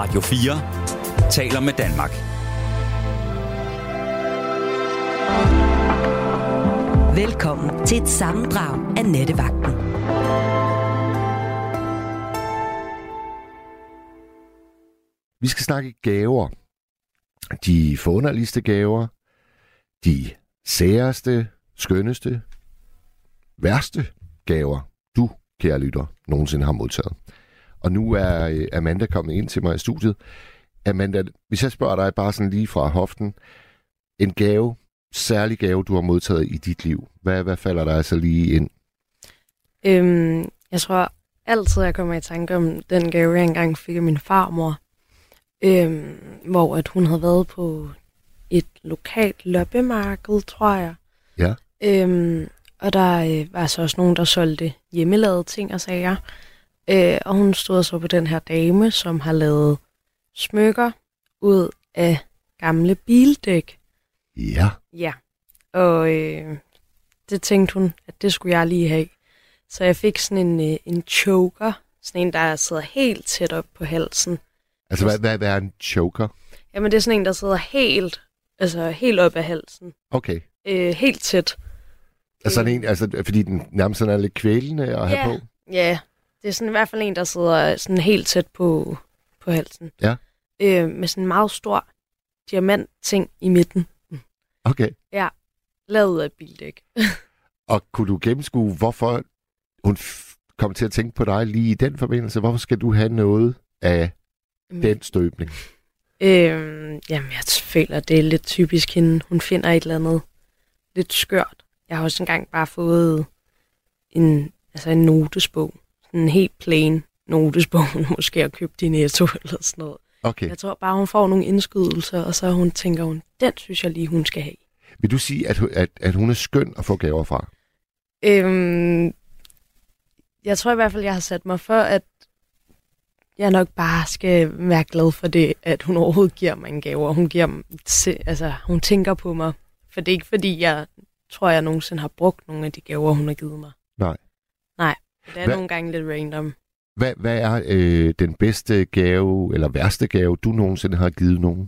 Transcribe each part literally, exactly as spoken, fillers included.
Radio fire taler med Danmark. Velkommen til et sammendrag af Nattevagten. Vi skal snakke gaver. De forunderligste gaver. De særeste, skønneste, værste gaver, du, kære lytter, nogensinde har modtaget. Og nu er Amanda kommet ind til mig i studiet. Amanda, hvis jeg spørger dig bare sådan lige fra hoften, en gave, særlig gave, du har modtaget i dit liv, hvad, hvad falder der altså lige ind? Øhm, jeg tror altid, jeg kommer i tanke om den gave, jeg engang fik af min farmor, øhm, hvor at hun havde været på et lokalt loppemarked, tror jeg. Ja. Øhm, og der øh, var så også nogen, der solgte hjemmelavede ting og sager. Øh, og hun stod så på den her dame, som har lavet smykker ud af gamle bildæk. Ja. Ja, og øh, det tænkte hun, at det skulle jeg lige have. Så jeg fik sådan en, øh, en choker, sådan en, der sidder helt tæt op på halsen. Altså, hvad, hvad, hvad er en choker? Jamen, det er sådan en, der sidder helt, altså, helt op af halsen. Okay. Øh, helt tæt. Altså, øh. en, altså, fordi den nærmest sådan er lidt kvælende at ja, have på? Ja, det er sådan i hvert fald en, der sidder sådan helt tæt på, på halsen. Ja. Øh, med sådan en meget stor diamantting i midten. Okay. Ja, lavet af bildæk. Og kunne du gennemskue, hvorfor hun f- kom til at tænke på dig lige i den forbindelse? Hvorfor skal du have noget af mm. den støbning? Øhm, jamen, jeg føler, det er lidt typisk hende. Hun finder et eller andet lidt skørt. Jeg har også engang bare fået en, altså en notesbog. En helt plain notesbog, hun måske har købt i Netto eller sådan noget. Okay. Jeg tror bare, hun får nogle indskydelser, og så hun tænker hun, den synes jeg lige, hun skal have. Vil du sige, at, at, at hun er skøn at få gaver fra? Øhm, jeg tror i hvert fald, jeg har sat mig for, at jeg nok bare skal være glad for det, at hun overhovedet giver mig en gave, og hun, giver mig, altså, hun tænker på mig. For det er ikke fordi, jeg tror, jeg nogensinde har brugt nogle af de gaver, hun har givet mig. Nej. Nej, det er Hva? nogle gange lidt random. Hvad, hvad er øh, den bedste gave, eller værste gave, du nogensinde har givet nogen?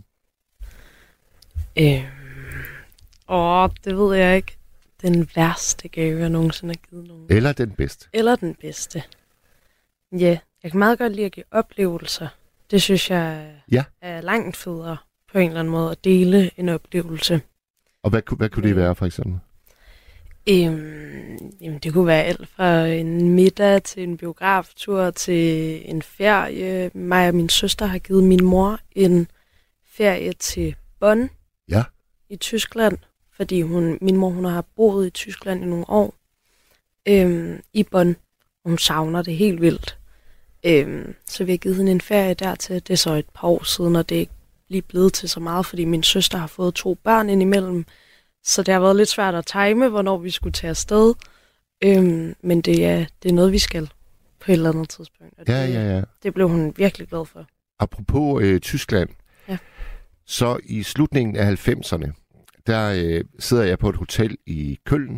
Øhm, åh, det ved jeg ikke. Den værste gave, jeg nogensinde har givet nogen. Eller den bedste? Eller den bedste. Ja, jeg kan meget godt lide at give oplevelser. Det synes jeg ja. er langt federe på en eller anden måde at dele en oplevelse. Og hvad, hvad kunne det være for eksempel? Øhm, jamen, det kunne være alt fra en middag til en biograftur til en ferie. Mig og min søster har givet min mor en ferie til Bonn ja. i Tyskland, fordi hun, min mor hun har boet i Tyskland i nogle år. Øhm, I Bonn. Hun savner det helt vildt. Øhm, så vi har givet hende en ferie dertil. Det er så et par år siden, og det er ikke lige blevet til så meget, fordi min søster har fået to børn indimellem. Så det har været lidt svært at time, hvornår vi skulle tage afsted. Øhm, men det er, det er noget, vi skal på et eller andet tidspunkt. Og ja, det, ja, ja. Det blev hun virkelig glad for. Apropos øh, Tyskland, ja. så i slutningen af halvfemserne, der øh, sidder jeg på et hotel i Køln,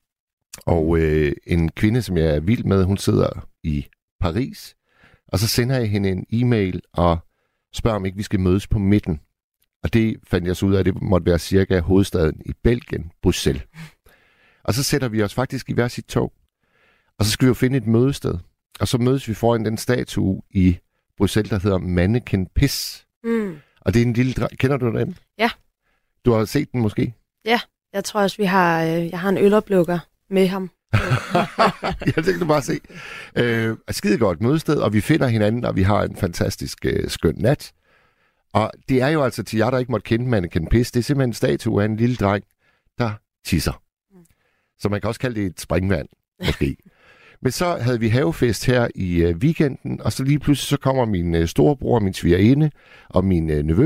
og øh, en kvinde, som jeg er vild med, hun sidder i Paris, og så sender jeg hende en e-mail og spørger, om ikke vi skal mødes på midten. Og det fandt jeg så ud af, at det måtte være cirka hovedstaden i Belgien, Bruxelles. Og så sætter vi os faktisk i hver sit tog. Og så skal vi jo finde et mødested. Og så mødes vi foran den statue i Bruxelles, der hedder Manneken Pis. Mm. Og det er en lille dreng. Kender du den? Ja. Du har set den måske? Ja, jeg tror også, vi har, øh, jeg har en øloplukker med ham. Jeg tænkte bare se. Øh, skide godt mødested, og vi finder hinanden, og vi har en fantastisk øh, skøn nat. Og det er jo altså til jer, der ikke måtte kende Manneken Pis, det er simpelthen en statue af en lille dreng, der tisser. Mm. Så man kan også kalde det et springvand, måske. Men så havde vi havefest her i øh, weekenden, og så lige pludselig så kommer min øh, storebror, min svigerinde og min øh, nevø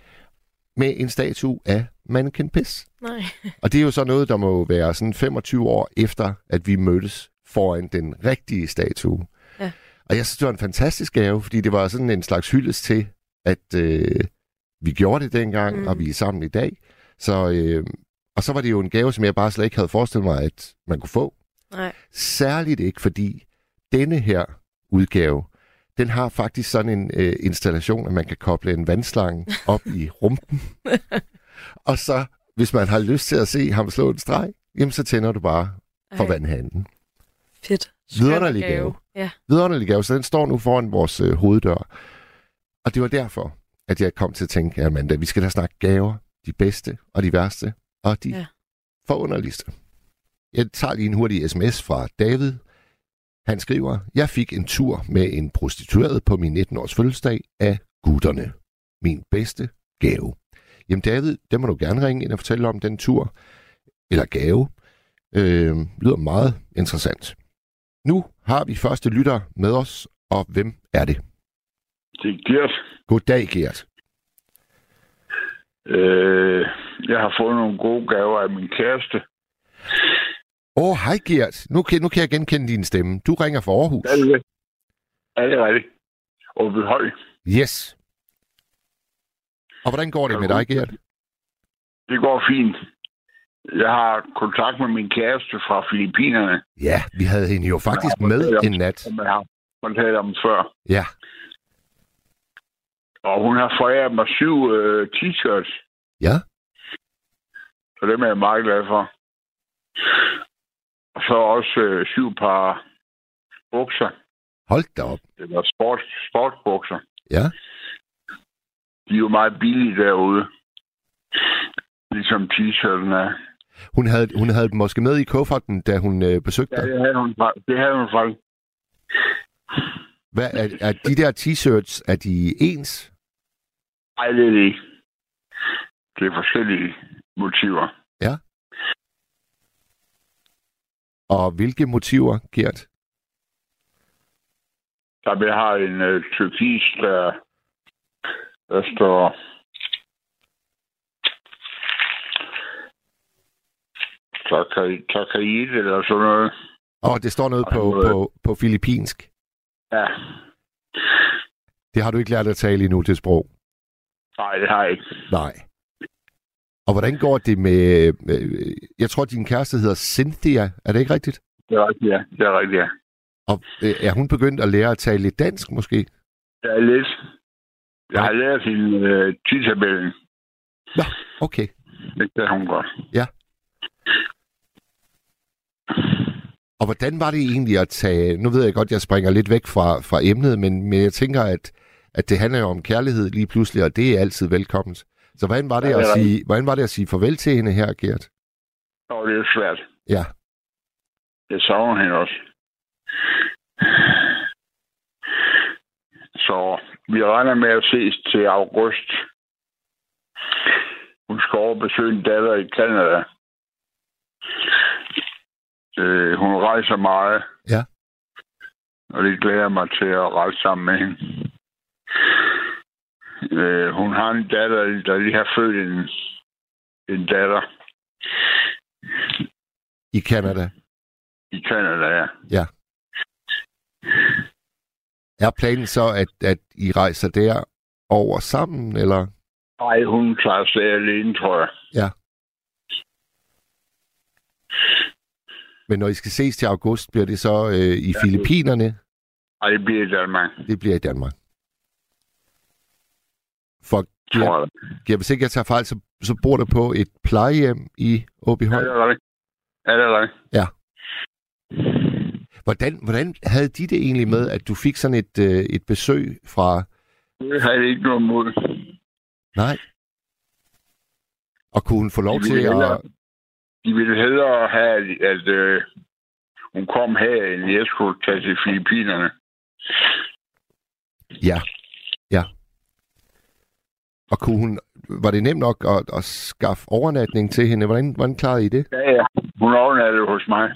med en statue af Manneken Pis. Nej. Og det er jo så noget, der må være sådan femogtyve år efter, at vi mødtes foran den rigtige statue. Ja. Og jeg synes, det var en fantastisk gave, fordi det var sådan en slags hyldest til, at øh, vi gjorde det dengang, mm. og vi er sammen i dag. Så, øh, og så var det jo en gave, som jeg bare slet ikke havde forestillet mig, at man kunne få. Nej. Særligt ikke, fordi denne her udgave, den har faktisk sådan en øh, installation, at man kan koble en vandslange op i rumpen. Og så, hvis man har lyst til at se ham slå en streg, jamen så tænder du bare for Ej. vandhanen. Fedt. Vidunderlig gave. Ja. Vidunderlig gave, så den står nu foran vores øh, hoveddør. Og det var derfor, at jeg kom til at tænke, Amanda, vi skal da snakke gaver. De bedste og de værste og de ja. forunderligste. Jeg tager lige en hurtig sms fra David. Han skriver, jeg fik en tur med en prostitueret på min nitten-års fødselsdag af gutterne. Min bedste gave. Jamen David, det må du gerne ringe ind og fortælle om den tur. Eller gave. Øh, lyder meget interessant. Nu har vi første lytter med os, og hvem er det? Det er Gert. Goddag, Gert. Øh, jeg har fået nogle gode gaver af min kæreste. Åh, oh, hej Gert. Nu kan, nu kan jeg genkende din stemme. Du ringer fra Aarhus. Er det, er det rigtigt? Og ved høj. Yes. Og hvordan går det med dig, Gert? Det går fint. Jeg har kontakt med min kæreste fra Filippinerne. Ja, vi havde hende jo faktisk med om, en nat. Som jeg har kontakt om før. Ja. Og hun har foræret mig syv øh, t-shirts. Ja. Så dem er jeg meget glad for. Og så også øh, syv par bukser. Hold da op. Det var sport, sportsbukser. Ja. De er jo meget billige derude. Ligesom t-shirten er. Hun havde, hun havde måske med i kufferten, da hun øh, besøgte dig. Ja, det havde hun, det havde hun faktisk. Hvad, er, er de der t-shirts, er de ens? Nej, det er det ikke. Det er forskellige motiver. Ja. Og hvilke motiver, Gert? Der vi har en uh, turkis, der, der står... Takayit eller sådan noget. Åh, oh, det står noget på, på, på filippinsk. Ja. Det har du ikke lært at tale endnu til sprog? Nej, det har jeg ikke. Nej. Og hvordan går det med... med jeg tror, din kæreste hedder Cynthia. Er det ikke rigtigt? Det er rigtigt, ja. Det er rigtigt, ja. Og øh, er hun begyndt at lære at tale lidt dansk, måske? Ja, lidt. Jeg har lært hende øh, tidtabellen. Nå, okay. Det kan hun godt. Ja. Og hvordan var det egentlig at tage... Nu ved jeg godt, jeg springer lidt væk fra, fra emnet, men, men jeg tænker, at, at det handler jo om kærlighed lige pludselig, og det er altid velkomment. Så hvordan var det, ja, det at, sige, hvordan var det at sige farvel til hende her, Gert? Nå, det er svært. Ja. Jeg savner hende også. Så vi regner med at ses til august. Hun skal over besøge en datter i Canada. Øh, hun rejser meget. Ja. Og det glæder mig til at rejse sammen med hende. Øh, hun har en datter, der lige har født en, en datter. I Canada? I Canada, ja. Ja. Er planen så, at, at I rejser der over sammen, eller? Nej, hun tager sig alene, tror jeg. Ja. Men når I skal ses til august, bliver det så øh, i ja, Filippinerne? Nej, det bliver i Danmark. Det bliver i Danmark. For jeg, hvis ikke jeg tager fejl, så, så bor der på et plejehjem i Åbyhøj. Ja, det er rigtigt. Ja, det er rigtigt. Ja. Hvordan, hvordan havde de det egentlig med, at du fik sådan et, øh, et besøg fra... Det havde jeg ikke noget mod. Nej. Og kunne hun få lov til hellere, at... De ville hellere have, at, at øh, hun kom her, end jeg skulle tage til Filippinerne. Ja, ja. Og kunne hun... Var det nemt nok at, at skaffe overnatning til hende? Hvordan, hvordan klarede I det? Ja, ja. Hun overnattede hos mig.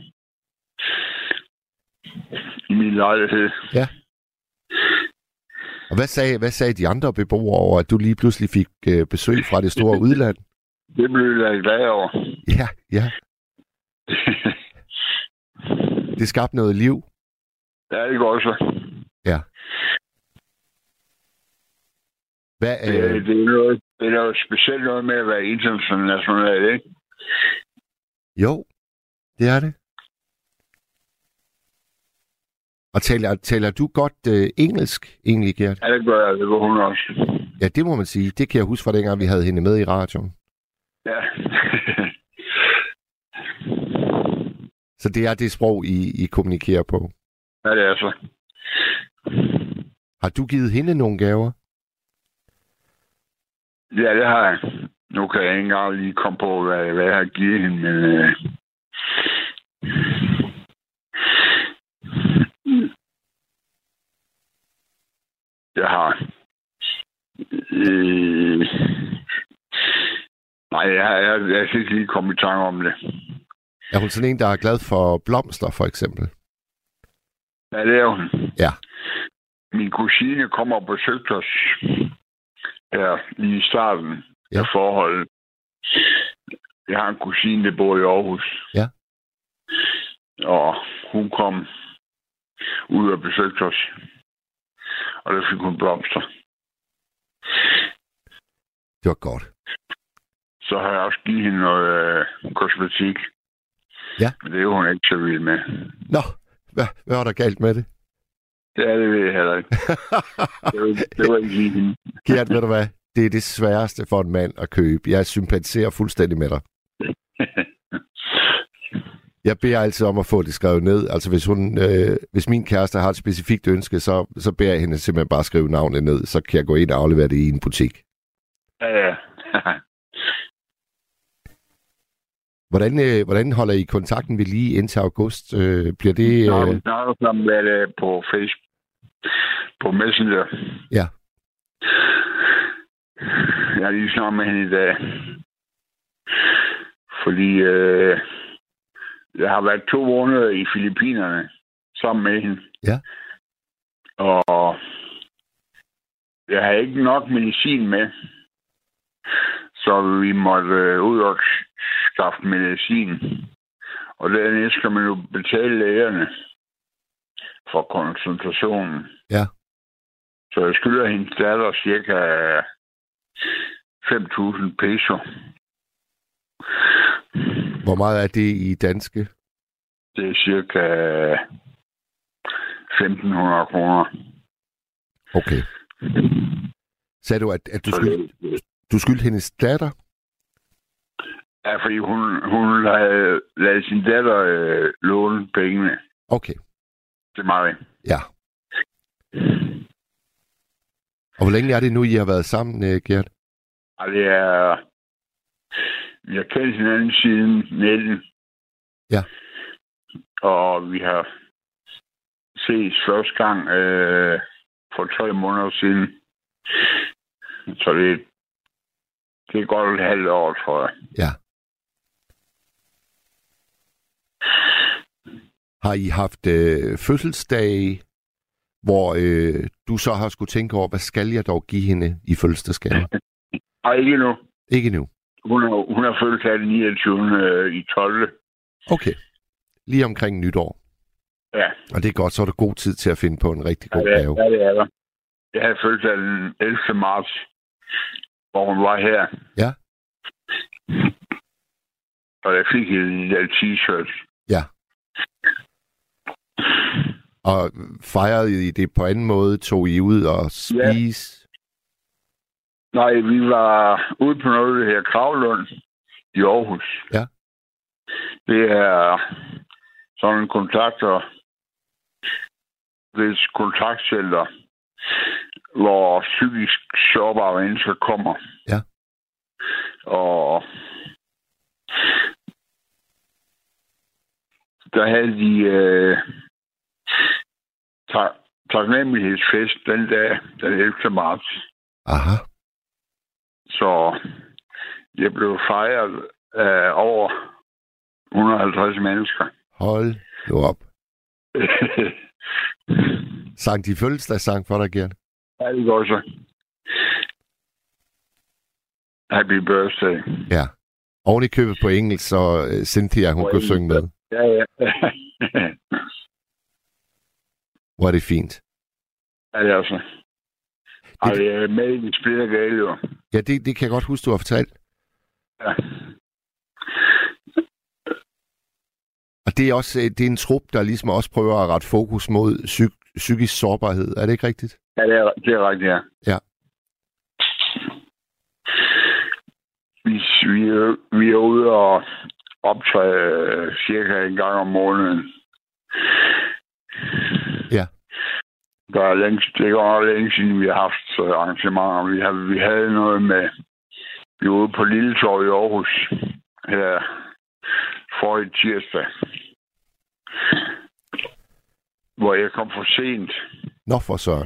I min lejlighed. Ja. Og hvad sagde, hvad sagde de andre beboere over, at du lige pludselig fik øh, besøg fra det store udland? Det blev jeg glad over. Ja, ja. Det skabte noget liv. Ja, det går så. Ja. Hvad, øh... det, det, er noget, det er noget specielt noget med at være international, ikke? Jo, det er det. Og taler, taler du godt øh, engelsk, egentlig, Gert? Ja, det gør jeg. Det gør hun også. Ja, det må man sige. Det kan jeg huske fra dengang, vi havde hende med i radioen. Ja. Så det er det sprog, I, I kommunikerer på? Ja, det er så. Har du givet hende nogle gaver? Ja, det har jeg. Nu kan jeg ikke engang lige komme på, hvad, hvad jeg har givet hende, men... Øh... Jeg har... Øh... Nej, jeg, jeg, jeg kan ikke lige komme i tanke om det. Er hun sådan en, der er glad for blomster, for eksempel? Ja, det er hun. Ja. Min kusine kommer og besøgte os her lige i starten ja. af forholdet. Jeg har en kusine, der bor i Aarhus. Ja. Og hun kom ud og besøgte os. Og der fik hun blomster. Det var godt. Så har jeg også givet hende noget øh, kosmetik. Ja. Men det er jo hun ikke så vild med. Nå, hvad, hvad var der galt med det? Ja, det ved jeg heller ikke. det, var, det var ikke lige hende. Gert, ved du hvad? Det er det sværeste for en mand at købe. Jeg sympatiserer fuldstændig med dig. Jeg beder altid om at få det skrevet ned. Altså hvis, hun, øh, hvis min kæreste har et specifikt ønske, så, så beder jeg hende simpelthen bare skrive navnet ned. Så kan jeg gå ind og aflevere det i en butik. Ja, ja. Hvordan, øh, hvordan holder I kontakten ved lige indtil august? Øh, bliver det... Øh... Nå, vi snakker sammen med det på Facebook. På Messenger. Ja. Jeg har lige snakket med hende i dag. Fordi øh, jeg har været to måneder i Filippinerne sammen med hende. Ja. Og jeg har ikke nok medicin med. Så vi måtte øh, ud og skaffe medicin. Og dernæst skal man jo betale lægerne for konsultationen. Ja. Så jeg skylder hendes datter cirka fem tusind peso. Hvor meget er det i danske? Det er cirka femten hundrede kroner. Okay. Sagde du, at, at du, skyld, du skyldte hendes datter? Ja, fordi hun, hun havde ladet sin datter øh, låne pengene. Okay. Det er mig. Ja. Og hvor længe er det nu, I har været sammen, Gert? Ja, det er... Vi har kendt hinanden siden nitten. Ja. Og vi har ses første gang øh, for tre måneder siden. Så det, det er godt et halvt år, tror jeg. Ja. Har I haft øh, fødselsdage, hvor øh, du så har skulle tænke over, hvad skal jeg dog give hende i fødselsdagsgave? Nej, ikke nu. Ikke nu? Hun har, hun har fødselsdag den niogtyvende i tolvte Okay. Lige omkring nytår. Ja. Og det er godt, så er der god tid til at finde på en rigtig god ja, det, gave. Ja, det er der. Jeg havde fødselsdag den ellevte marts, hvor hun var her. Ja. Og jeg fik en lille t-shirt. Ja. Og fejrede I det på anden måde? Tog I ud og spise? Ja. Nej, vi var ude på noget, der her Kravlund i Aarhus. Ja. Det er sådan en kontakter, hvis kontaktcenter, hvor psykisk sårbare mennesker kommer. Ja. Og der havde de øh, tak, taknemmelighedsfest den dag, den ellevte marts. Aha. Så jeg blev fejret af over et hundrede og halvtreds mennesker. Hold nu op. Sang de fødselsdagssang for dig, Gert? Ja, det går så. Happy birthday. Ja. Oven i købet på engelsk, så uh, Cynthia, hun kunne synge med. Ja, ja. Hvor er det fint. Ja, det er altså. Og det er med i de spiller gale, jo. Ja, det, det kan jeg godt huske, du har fortalt. Ja. Og Og det er også det er en trup, der ligesom også prøver at rette fokus mod psyk- psykisk sårbarhed. Er det ikke rigtigt? Ja, det er, det er rigtigt, ja. Ja. Vi, vi, er, vi er ude og optræde cirka en gang om måneden. Ja. Der er længe, det er længe siden, vi har haft arrangementer. Vi, har, vi havde noget med... Vi var ude på Lille Torv i Aarhus her forrige tirsdag, hvor jeg kom for sent. Nå for søren.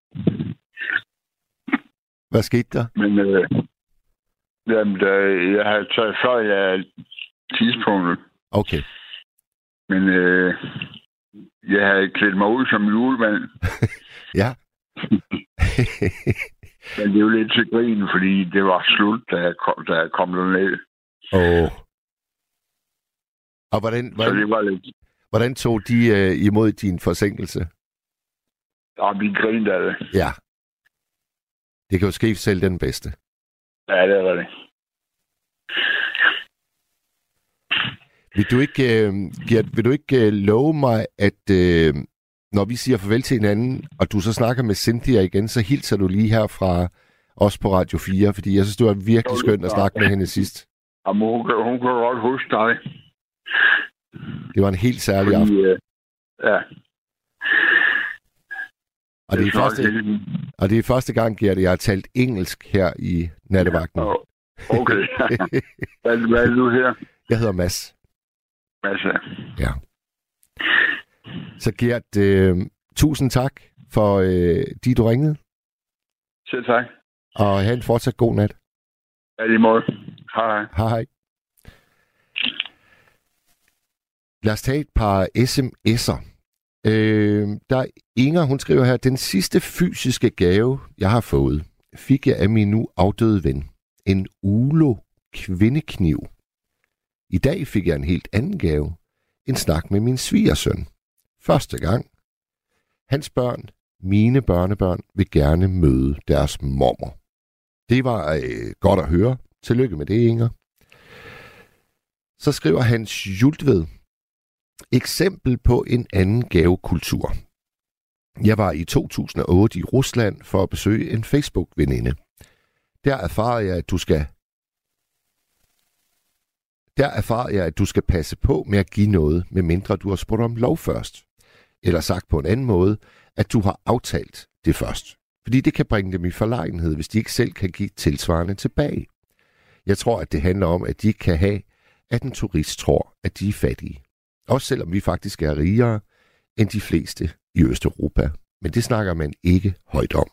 Hvad skete der? Men øh, jamen, der, jeg havde taget før af tidspunktet. Okay. Men øh, jeg havde klædt mig ud som julemand. Ja. Men det er jo lidt til grin, fordi det var slut, da jeg kom, da jeg kom derned. Åh. Oh. Og hvordan, hvordan, Så det var lidt... hvordan tog de øh, imod din forsinkelse? Ja, vi grinede af det. Ja. Det kan jo ske selv den bedste. Ja, det er det. Vil du ikke, øh, Gert, vil du ikke øh, love mig, at øh, når vi siger farvel til hinanden, og du så snakker med Cynthia igen, så hilser du lige her fra os på Radio fire, fordi jeg synes, det var virkelig skønt at snakke med hende sidst. Jamen, hun, kan, hun kan godt huske dig. Det var en helt særlig aften. Fordi, øh, ja. Og det, er første, og det er første gang, Gert, jeg har talt engelsk her i nattevagten. Ja, okay. hvad, hvad er du her? Jeg hedder Mads. Mads, ja. Ja. Så Gert, øh, tusind tak for, øh, de du ringede. Selv tak. Og have en fortsat god nat. Ja, i måde. Hej. Hej, hej. Lad os tage et par sms'er. Øh, der er Inger, hun skriver her, den sidste fysiske gave, jeg har fået, fik jeg af min nu afdøde ven. En Ulo kvindekniv. I dag fik jeg en helt anden gave. En snak med min svigersøn. Første gang. Hans børn, mine børnebørn, vil gerne møde deres mormor. Det var øh, godt at høre. Tillykke med det, Inger. Så skriver Hans Jultved. Eksempel på en anden gavekultur. Jeg var i to tusind og otte i Rusland for at besøge en Facebook-veninde. Der erfarede jeg, at du skal Der erfarede jeg, at du skal passe på med at give noget, medmindre du har spurgt om lov først. Eller sagt på en anden måde, at du har aftalt det først. Fordi det kan bringe dem i forlegenhed, hvis de ikke selv kan give tilsvarende tilbage. Jeg tror, at det handler om, at de ikke kan have, at en turist tror, at de er fattige. Også selvom vi faktisk er rigere end de fleste i Østeuropa. Men det snakker man ikke højt om.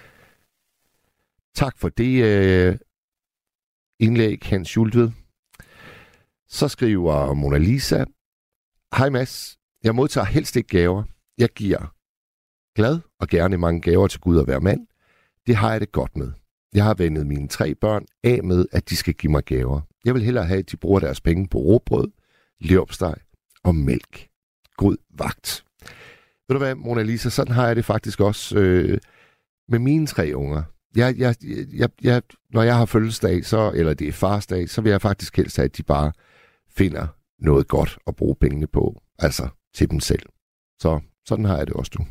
Tak for det øh, indlæg, Hans Jultved. Så skriver Mona Lisa. Hej Mads, jeg modtager helst ikke gaver. Jeg giver glad og gerne mange gaver til Gud og hver mand. Det har jeg det godt med. Jeg har vendet mine tre børn af med, at de skal give mig gaver. Jeg vil hellere have, at de bruger deres penge på råbrød, leverpostej og mælk. God vagt. Ved du hvad, Mona Lisa, sådan har jeg det faktisk også øh, med mine tre unger. Jeg, jeg, jeg, jeg, når jeg har fødselsdag, så, eller det er farsdag, så vil jeg faktisk helst have, at de bare finder noget godt at bruge pengene på. Altså til dem selv. Så sådan har jeg det også, du.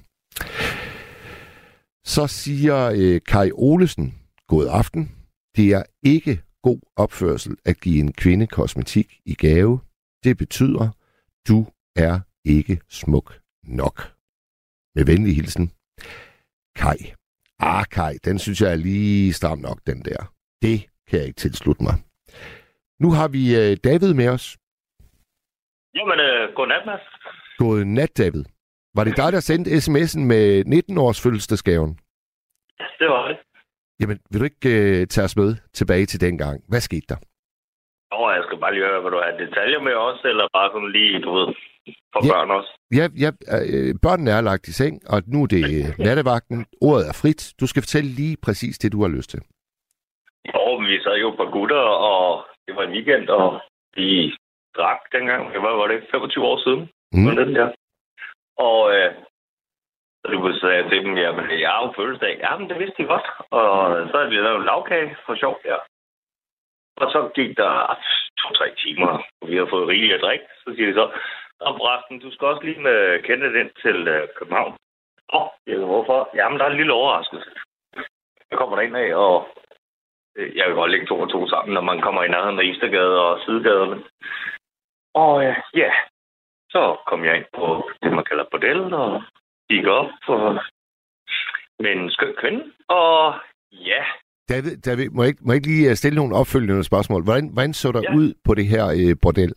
Så siger øh, Kai Olesen, god aften. Det er ikke god opførsel at give en kvinde kosmetik i gave. Det betyder, du er ikke smuk nok. Med venlig hilsen, Kai. Ah, Kai, den synes jeg er lige stram nok, den der. Det kan jeg ikke tilslutte mig. Nu har vi øh, David med os. Jamen, øh, godnat, Mads. Godnat, David. Var det dig, der sendte sms'en med nitten-års fødselsdagsgaven? Det var det. Jamen, vil du ikke øh, tage os med tilbage til dengang? Hvad skete der? Åh, jeg skal bare lige høre, hvad du har detaljer med også, eller bare sådan lige, du ved, for ja, børn også? Ja, ja øh, børnene er lagt i seng, og nu er det nattevagten. Ordet er frit. Du skal fortælle lige præcis det, du har lyst til. Jo, men vi sad jo på gutter, og det var en weekend, og vi drak dengang. Det var, var det femogtyve år siden. Mm. Den der. Og øh, så sagde jeg til dem, jamen, jeg har jo fødselsdag. Jamen, det vidste de godt. Og så havde vi lavet en lavkage for sjov der. Og så gik der to-tre timer, og vi havde fået rigeligt at drikke. Så siger de så, Og forresten, du skal også lige med Kenneth ind til øh, København. Åh, oh, hvorfor? Jamen, der er en lille overraskelse. Jeg kommer derind af, og øh, jeg vil godt lægge to og to sammen, når man kommer i nærheden af Istergade og Sidegaderne. Og øh, ja, så kom jeg ind på det, man kalder bordel, og gik op for med en skøn kvinde. Og ja... David, David må, jeg ikke, må jeg ikke lige stille nogle opfølgende spørgsmål? Hvordan, hvordan så der ja. ud på det her øh, bordel?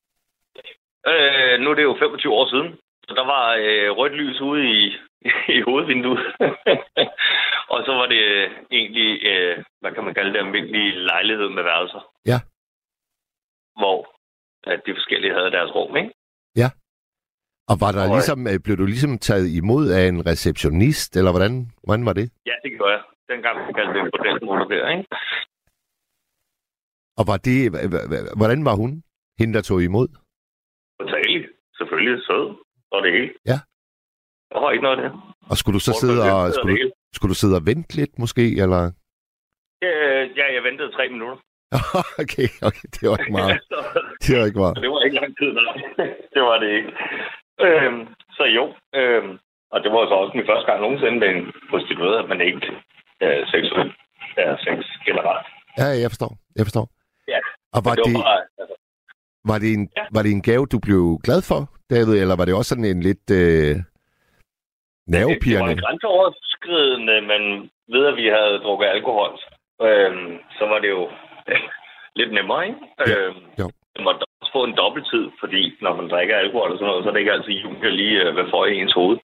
Øh, nu er det jo femogtyve år siden, så der var øh, rødt lys ude i, i hovedvinduet. Og så var det egentlig, øh, hvad kan man kalde det, almindelig lejlighed med værelser. Ja. Hvor at de forskellige havde deres rum, ikke? Ja. Og var der og, ligesom, blev du ligesom taget imod af en receptionist, eller hvordan, hvordan var det? Ja, det gjorde jeg. Dengang man kaldte det på den måde der, ikke? Og var det, hvordan var hun, hende der tog imod? Totalt. Selvfølgelig sød. Og det hele. Ja. Der var ikke noget af det. Og skulle du så sidde og, skulle du, skulle du sidde og vente lidt måske, eller? Øh, ja, jeg ventede tre minutter. okay, okay, det var ikke meget. det var ikke meget. Det var ikke lang tid, nej. det var det ikke. Øhm, så jo, øhm, og det var så også min første gang nogensinde med en prostitueret, men ikke øh, seksuelt. Ja, sex generelt. Ja, jeg forstår. Jeg forstår. Ja. Og var det, det, var, bare, altså, var, det en, ja. var det en gave, du blev glad for, David, eller var det også sådan en lidt øh, nervepirrende? Det var en grænseoverskridende, men ved at vi havde drukket alkohol, øhm, så var det jo lidt nemmere, ikke? Ja. Øhm, jo. Man måtte også få en dobbelttid, fordi når man drikker alkohol og sådan noget, så er det ikke altid jul lige øh, hvad for i ens hoved.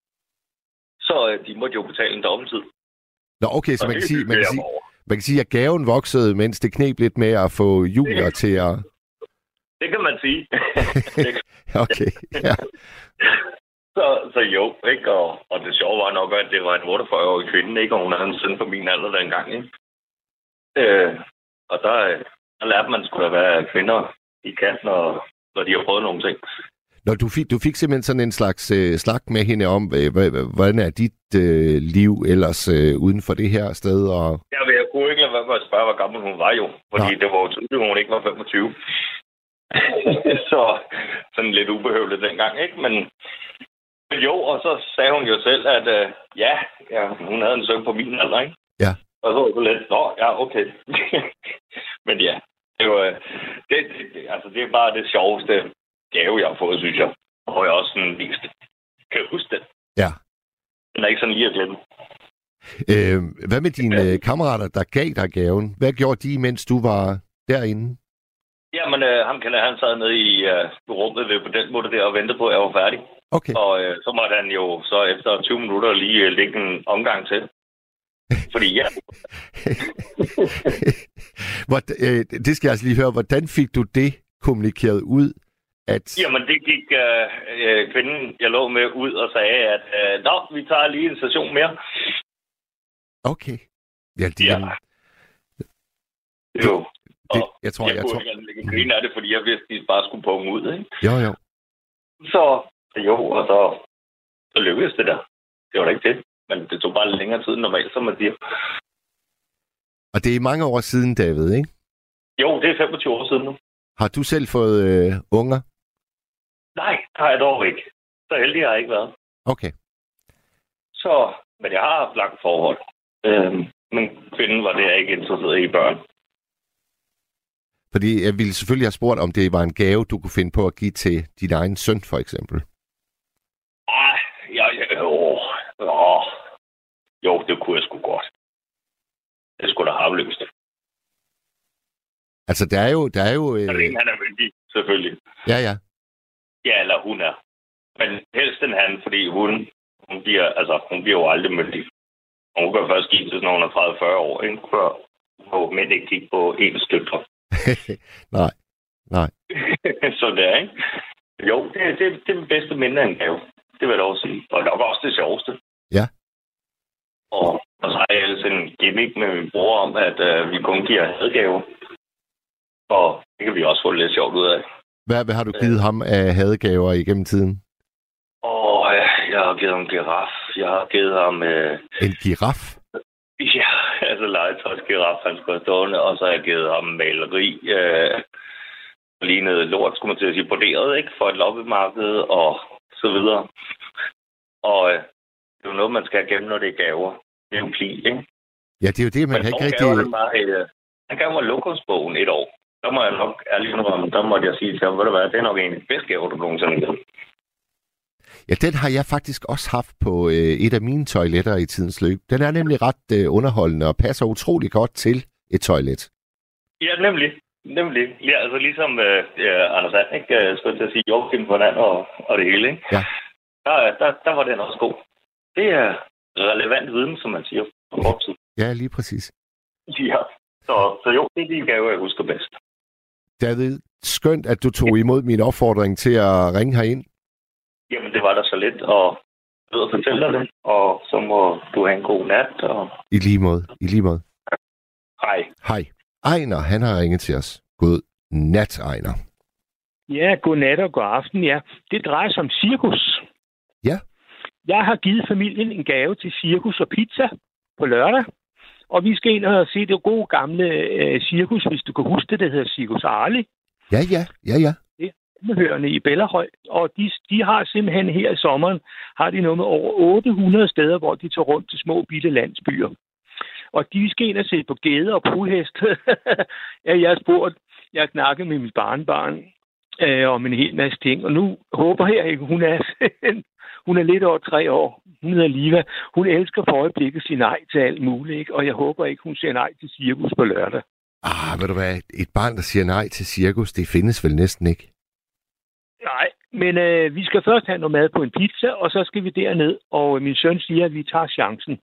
Så øh, de måtte jo betale en dobbelttid. Nå, okay, så man kan, sige, man, kan sige, man kan sige, at gaven voksede, mens det kneb lidt med at få Julier til at... Det kan man sige. okay, ja. så, så jo, ikke? Og, og det sjove var nok, at det var en otteogfyrre-årig kvinde, ikke? Og hun havde en søn på min alder dengang, ikke? Øh, og der, der lærte man sgu da være kvinder i kanten, og, når de har prøvet nogle ting. Nå, du fik, du fik simpelthen sådan en slags øh, snak med hende om, øh, hvordan er dit øh, liv ellers øh, uden for det her sted? Og... Ja, men jeg kunne ikke lade være med at spørge, hvor gammel hun var jo. Fordi Nå. Det var jo tydeligt, at hun ikke var femogtyve. så sådan lidt ubehøvlet dengang, ikke? Men, men jo, og så sagde hun jo selv, at øh, ja, ja, hun havde en søn på min alder, ikke? Ja. Og så var det lidt, nå, ja, okay. men ja, det var, det, det, altså, det er bare det sjoveste gave, jeg har fået, synes jeg. Og jeg også sådan vist. Kan du huske det? Ja. Den er ikke sådan lige at glemme. Øh, hvad med dine ja. kammerater, der gav dig gaven? Hvad gjorde de, mens du var derinde? Jamen, øh, ham kender han sad nede i øh, rummet ved på den måde der og ventede på, at jeg var færdig. Okay. Og øh, så måtte han jo så efter tyve minutter lige øh, lægge en omgang til. Fordi ja. Hvor, øh, det skal jeg altså lige høre. Hvordan fik du det kommunikeret ud? At... Jamen, det gik øh, øh, kvinden, jeg lå med, ud og sagde, at øh, nå, vi tager lige en station mere. Okay. Ja, det ja. er... Jo. Det, jeg tror, jeg, jeg, jeg tror... ikke lægge grine af det, fordi jeg vidste, at de bare skulle punge ud, ikke? Jo, jo. Så, jo, og så, så lykkedes det der. Det var da ikke det. Men det tog bare lidt længere tid end normalt, som man siger. Og det er mange år siden, David, ikke? Jo, det er femogtyve år siden nu. Har du selv fået øh, unger? Nej, det har jeg dog ikke. Så heldig har jeg ikke været. Okay. Så, men jeg har haft langt forhold. Øhm, men kvinden var det, jeg ikke interesseret i børn. Fordi jeg ville selvfølgelig have spurgt, om det var en gave, du kunne finde på at give til din egen søn, for eksempel. Ah, ja, ja, jo, jo, jo, det kunne jeg sgu godt. Det skulle da have løst det. Altså, der er jo... Der er jo øh... altså, han er myndig, selvfølgelig. Ja, ja. Ja, eller hun er. Men helst en han, fordi hun, hun, bliver, altså, hun bliver jo aldrig myndig. Og hun kan først give til sådan nogle tredive til fyrre år, ikke? Før hun mænd ikke kigge på en stykke. nej, nej. Så det er, ikke? Jo, det, det, det er den bedste minde af en gave. Det vil jeg dog sige. Og nok også det sjoveste. Ja. Og, og så har jeg ellers en gimmick med min bror om, at uh, vi kun giver hadgaver. Og det kan vi også få lidt sjovt ud af. Hvad, hvad har du givet øh. ham af hadegaver igennem tiden? Og øh, jeg har givet ham en giraf. Jeg har givet ham... Øh... En giraf? Ja, altså legetøjsgiraf, han skulle have stående. Og så har jeg givet ham maleri. Øh... lige noget lort, skulle man til at sige, broderet, ikke? For et loppemarked og så videre. Og øh, det er jo noget, man skal have gennem, når det er gaver. Det er jo pli, ikke? Ja, det er jo det, man Men kan ikke rigtig... rigtig... Han, bare, øh, han gav mig lokumsbogen et år. Der må jeg nok ærligt indrømme, der måtte jeg sige til ham, ved du hvad, det er nok en af de bedste gaver, du nogensinde har. Ja, den har jeg faktisk også haft på øh, et af mine toiletter i tidens løb. Den er nemlig ret øh, underholdende og passer utrolig godt til et toilet. Ja, nemlig. Nemlig. Ja, altså ligesom øh, ja, Anders And, ikke? Jeg skulle til at sige Joachim von And og, og det hele, ikke? Ja. Der, der, der var den også god. Det er relevant viden, som man siger, på kort tid. Ja, lige præcis. Ja, så, så jo, det er de gaver, jeg husker bedst. David, skønt, at du tog imod min opfordring til at ringe herind. Jamen, det var der så lidt, og jeg ved at fortælle dig det, og så må du have en god nat. Og... I lige måde, i lige måde. Hej. Hej. Ejner, han har ringet til os. God nat, Ejner. Ja, god nat og god aften, ja. Det drejer sig om cirkus. Ja. Jeg har givet familien en gave til cirkus og pizza på lørdag, og vi skal ind og se det gode gamle øh, cirkus, hvis du kan huske det, der hedder Cirkus Arli. Ja, ja, ja, ja. Hørende i Bellerhøj, og de, de har simpelthen her i sommeren, har de noget med over otte hundrede steder, hvor de tager rundt til små bitte landsbyer. Og de skal ind og se på geder og puhest. Ja, jeg har spurgt, jeg har snakket med mit barnebarn øh, om en hel masse ting, og nu håber jeg ikke, hun er, hun er lidt over tre år. Hun hedder Liva. Hun elsker for øjeblikket at sige nej til alt muligt, ikke? Og jeg håber ikke, hun siger nej til cirkus på lørdag. Ah, ved du hvad? Et barn, der siger nej til cirkus, det findes vel næsten ikke? Nej, men øh, vi skal først have noget mad på en pizza, og så skal vi derned, og min søn siger, at vi tager chancen.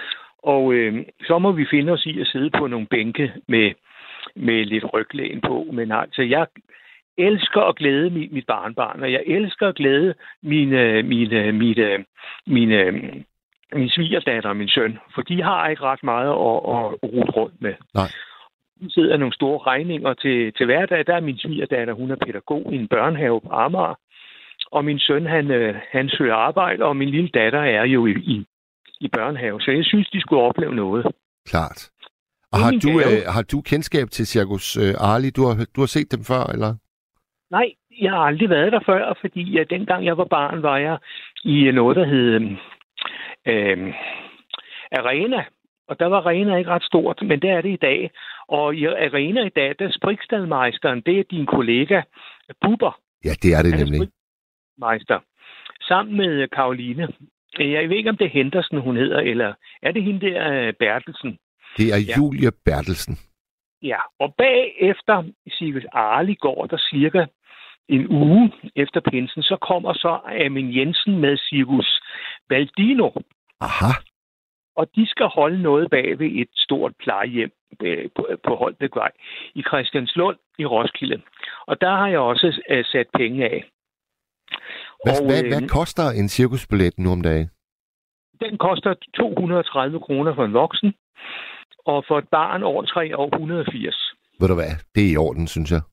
Og øh, så må vi finde os i at sidde på nogle bænke med, med lidt ryglæn på. Men altså, jeg elsker at glæde mit, mit barnbarn, og jeg elsker at glæde mine, mine, mine, mine, min svigerdatter og min søn, for de har ikke ret meget at, at rute rundt med. Nej. Der sidder nogle store regninger til, til hverdag. Der er min svigerdatter, hun er pædagog i en børnehave på Amager. Og min søn, han, han søger arbejde, og min lille datter er jo i, i, i børnehave. Så jeg synes, de skulle opleve noget. Klart. Og har du, øh, har du kendskab til Cirkus øh, Arli? Du har, du har set dem før, eller? Nej, jeg har aldrig været der før, fordi ja, dengang jeg var barn, var jeg i noget, der hed øh, Arena. Og der var Arena ikke ret stort, men det er det i dag. Og i Arena i dag, der er Sprigstadmeisteren, det er din kollega, Bubber. Ja, det er det nemlig. Meister. Sammen med Karoline. Jeg ved ikke, om det er Henderson, hun hedder, eller er det hende der, Bertelsen? Det er ja. Julie Bertelsen. Ja, og bagefter Cirkus Arli går der cirka en uge efter pinsen, så kommer så Amin Jensen med Cirkus Baldino. Aha. Og de skal holde noget bag ved et stort plejehjem på Holbækvej i Christianslund i Roskilde. Og der har jeg også uh, sat penge af. Hvad, og, hvad, øh, hvad koster en cirkusbillet nu om dagen? Den koster to hundrede og tredive kroner for en voksen, og for et barn over tre år et hundrede og firs. Ved du hvad? Det er i orden, synes jeg.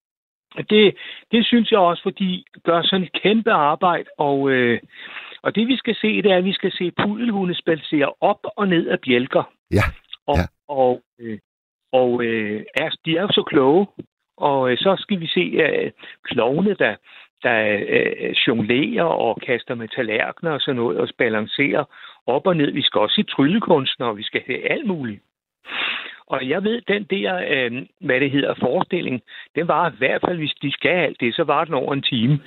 Det, det synes jeg også, fordi det gør sådan et kæmpe arbejde, og, øh, og det vi skal se, det er, at vi skal se pudelhunde spacere op og ned af bjælker. Ja. Og, ja. og, øh, og øh, er, de er jo så kloge, og øh, så skal vi se øh, klovne, der, der øh, jonglerer og kaster med tallerkener og sådan noget, og balancerer op og ned. Vi skal også se tryllekunstner, og vi skal have alt muligt. Og jeg ved, den der, øh, hvad det hedder, forestilling, den var i hvert fald, hvis de skal alt det, så var den over en time.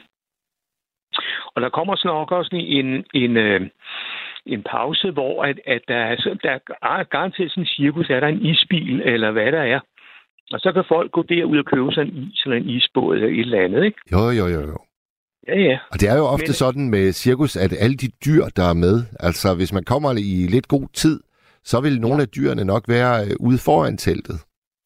Og der kommer snart også en, en, øh, en pause, hvor at, at der, er, der er garanteret sådan en cirkus, er der en isbil, eller hvad der er. Og så kan folk gå derud og købe sig en is, eller en isbåd, eller et eller andet, ikke? Jo, jo, jo, jo. Ja, ja. Og det er jo ofte Men... sådan med cirkus, at alle de dyr, der er med, altså hvis man kommer i lidt god tid, så vil nogle af dyrene nok være ude foran teltet.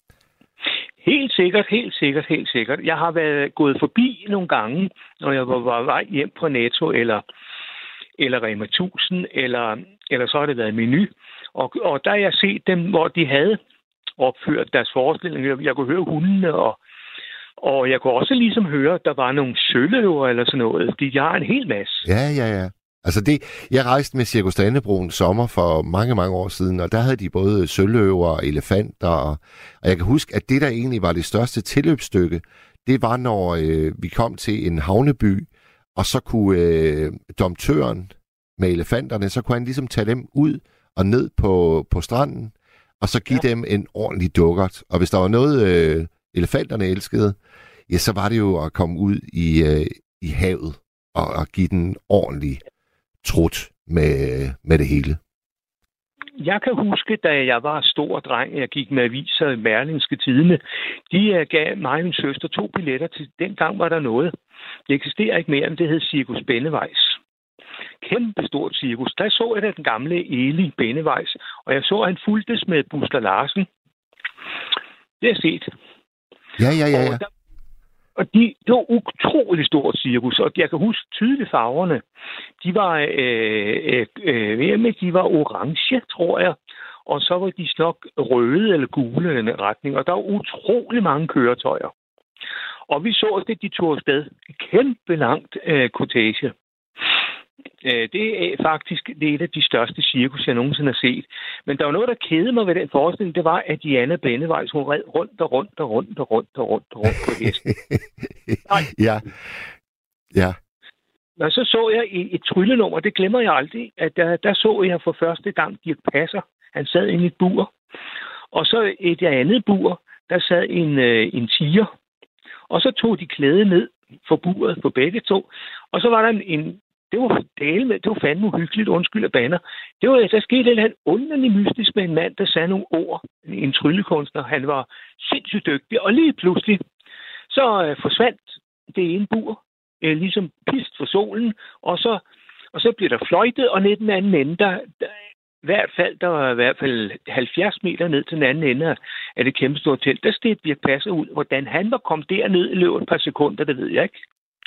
Helt sikkert, helt sikkert, helt sikkert. Jeg har været gået forbi nogle gange, når jeg var, var vej hjem på Netto, eller, eller Rema tusind, eller, eller så har det været Menu. Og, og der har jeg set dem, hvor de havde opført deres forestilling. Jeg kunne høre hundene, og, og jeg kunne også ligesom høre, at der var nogle søløver eller sådan noget, fordi jeg har en hel masse. Ja, ja, ja. Altså det, jeg rejste med Cirkus Dannebro en sommer for mange, mange år siden, og der havde de både søløver og elefanter, og, og jeg kan huske, at det der egentlig var det største tilløbsstykke, det var, når øh, vi kom til en havneby, og så kunne øh, domtøren med elefanterne, så kunne han ligesom tage dem ud og ned på, på stranden, og så give ja. dem en ordentlig dukkert. Og hvis der var noget, øh, elefanterne elskede, ja, så var det jo at komme ud i, øh, i havet og, og give den ordentlig trut med, med det hele. Jeg kan huske, da jeg var stor dreng, jeg gik med aviser i Berlingske Tidende, de gav mig og min søster to billetter til. Dengang var der noget. Det eksisterer ikke mere, men det hed Cirkus Bennevejs. Kæmpe stort cirkus. Der så jeg da den gamle Eli Bennevejs, og jeg så, at han fulgtes med Buster Larsen. Det har jeg set. Ja, ja, ja. ja. Og, der, og de, det var utrolig stort cirkus, og jeg kan huske tydeligt farverne. De var, øh, øh, øh, de var orange, tror jeg, og så var de nok røde eller gule i den retning, og der var utrolig mange køretøjer. Og vi så, at de tog afsted. Kæmpe langt øh, kortege. Det er faktisk det er et af de største cirkus, jeg nogensinde har set. Men der var noget, der kædede mig ved den forestilling, det var, at Diana Bennevejs, hun red rundt og rundt og rundt og rundt og rundt og rundt på hesten. Ja, ja. Og så så jeg et, et tryllenummer, det glemmer jeg aldrig, at der, der så jeg for første gang Dirch Passer. Han sad inde i et bur. Og så et andet bur, der sad en, øh, en tiger. Og så tog de klæde ned for buret på begge to. Og så var der en, en det var dele med, det var fandme uhyggeligt, undskyld af baner. Det var, der skete et eller andet underligt mystisk med en mand, der sagde nogle ord. En tryllekunstner. Han var sindssygt dygtig. Og lige pludselig, så øh, forsvandt det ene bur, øh, ligesom pist for solen. Og så, og så blev der fløjtet, og ned den anden ende, der, der i hvert fald, der var i hvert fald halvfjerds meter ned til den anden ende af det kæmpe store telt. Der steg Dirch Passer ud. Hvordan han var kommet derned i løbet af et par sekunder, det ved jeg ikke.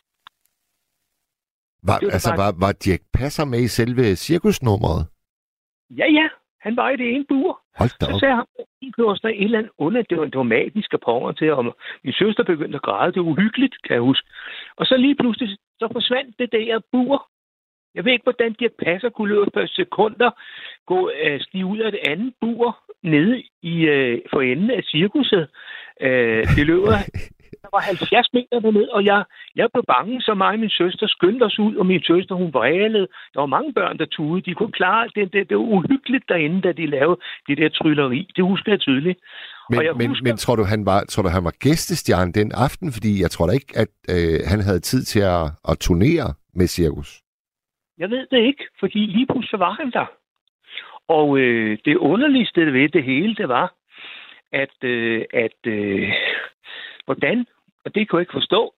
Var, altså, bare... var, var Dirch Passer med i selve cirkusnummeret? Ja, ja. Han var i det ene bur. Hold da op. Så sagde han, at der et eller andet under, det var, det var magisk at påre til, og min søster begyndte at græde. Det var uhyggeligt, kan jeg huske. Og så lige pludselig, så forsvandt det der bur. Jeg ved ikke, hvordan Dirch Passer kunne løbe på sekunder, gå øh, stige ud af det andet bur, nede i øh, for enden af cirkuset. Øh, det løber... Der var halvfjerds meter dernede, og jeg, jeg blev bange, så mig og min søster skyndte os ud, og min søster, hun vrælede. Der var mange børn, der tudede. De kunne klare det. Det, det var uhyggeligt derinde, da de lavede det der trylleri. Det husker jeg tydeligt. Men, og jeg men, husker... men tror du, han var, tror du, han var gæstestjerne den aften? Fordi jeg tror da ikke, at øh, han havde tid til at, at turnere med cirkus. Jeg ved det ikke, fordi lige pludselig var han der. Og øh, det underligste ved det hele, det var, at... Øh, at øh, hvordan? Og det kunne jeg ikke forstå.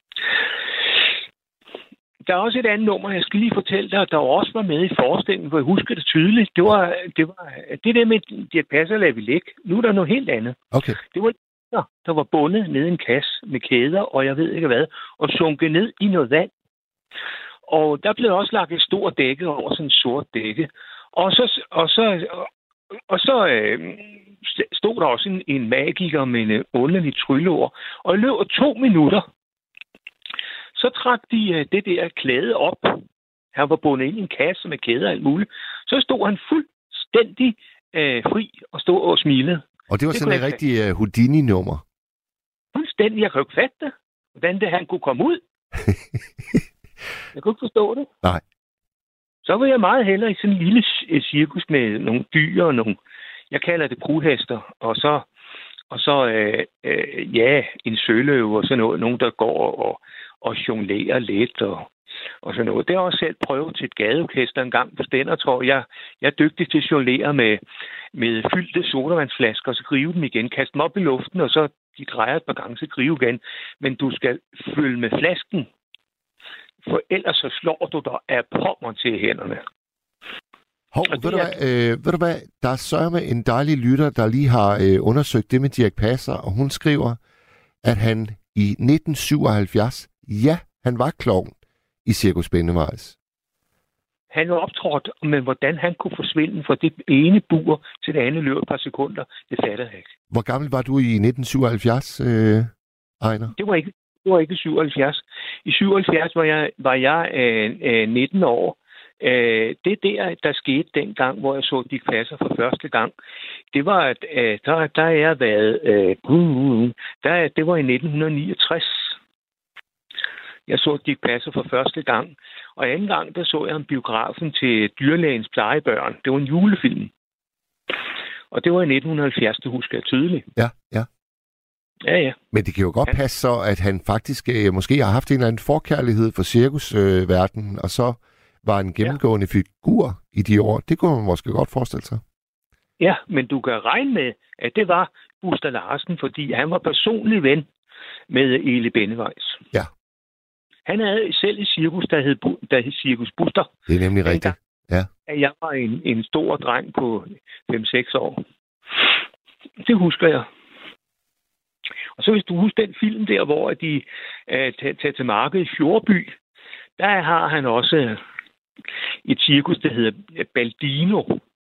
Der er også et andet nummer, jeg skal lige fortælle dig, der også var med i forestillingen, hvor jeg husker det tydeligt. Det var det, var, det der med Dirch Passer lader vi ligge. Nu er der noget helt andet. Okay. Det var der, der var bundet ned i en kasse med kæder, og jeg ved ikke hvad, og sunket ned i noget vand. Og der blev også lagt et stort dække over sådan en sort dække. Og så... Og så Og så øh, stod der også en, en magiker med en underlig trylleord. Og i løbet af to minutter, så trak de øh, det der klæde op. Han var bundet ind i en kasse med kæder og alt muligt. Så stod han fuldstændig øh, fri og stod og smilede. Og det var det sådan et rigtig uh, Houdini-nummer? Fuldstændig. Jeg kan jo ikke fatte det. Hvordan det han kunne komme ud. Jeg kunne ikke forstå det. Nej. Så var jeg meget hellere i sådan en lille cirkus med nogle dyr og nogle, jeg kalder det kruhester, og så, og så øh, øh, ja, en søløve og sådan noget, nogen der går og, og jonglerer lidt og, og sådan noget. Det har jeg også selv prøvet til et gadeorkester en gang på Stændertorv. Jeg, jeg er dygtig til at jonglere med, med fyldte sodavandsflasker, og så gribe dem igen, kaste dem op i luften, og så de drejer et par gange, så gribe igen. Men du skal fylde med flasken. For ellers så slår du dig af pommer til hænderne. Hov, ved, du hvad, øh, ved du hvad, der er sørme en dejlig lytter, der lige har øh, undersøgt det med Dirch Passer, og hun skriver, at han i nitten syvoghalvfjerds, ja, han var klovn i Cirkus Bennevejs. Han var optrådt, men hvordan han kunne forsvinde fra det ene bur til det andet løb et par sekunder, det fatter jeg ikke. Hvor gammel var du i nitten syvoghalvfjerds, øh, Ejner? Det var ikke Det var ikke syvoghalvfjerds. I syvoghalvfjerds var jeg, var jeg øh, øh, nitten år. Øh, det der, der skete dengang, hvor jeg så Dirch Passer for første gang, det var, at øh, der, der er jeg været, øh, der, det var i nitten niogtres. Jeg så Dirch Passer for første gang, og anden gang, der så jeg ham biografen til Dyrlægens plejebørn. Det var en julefilm. Og det var i nitten halvfjerds, det husker jeg tydeligt. Ja, ja. Ja, ja. Men det kan jo godt passe så, at han faktisk øh, måske har haft en eller anden forkærlighed for cirkusverdenen, øh, og så var en gennemgående ja. figur i de år. Det kunne man måske godt forestille sig. Ja, men du kan regne med, at det var Buster Larsen, fordi han var personlig ven med Eli Bennevejs. Ja. Han havde selv et cirkus, der hed, der hed Cirkus Buster. Det er nemlig rigtigt. Ja. Jeg var en, en stor dreng på fem seks år. Det husker jeg. Og så hvis du husker den film der, hvor de uh, tager til markedet i Fjordby, der har han også et cirkus, der hedder Baldino.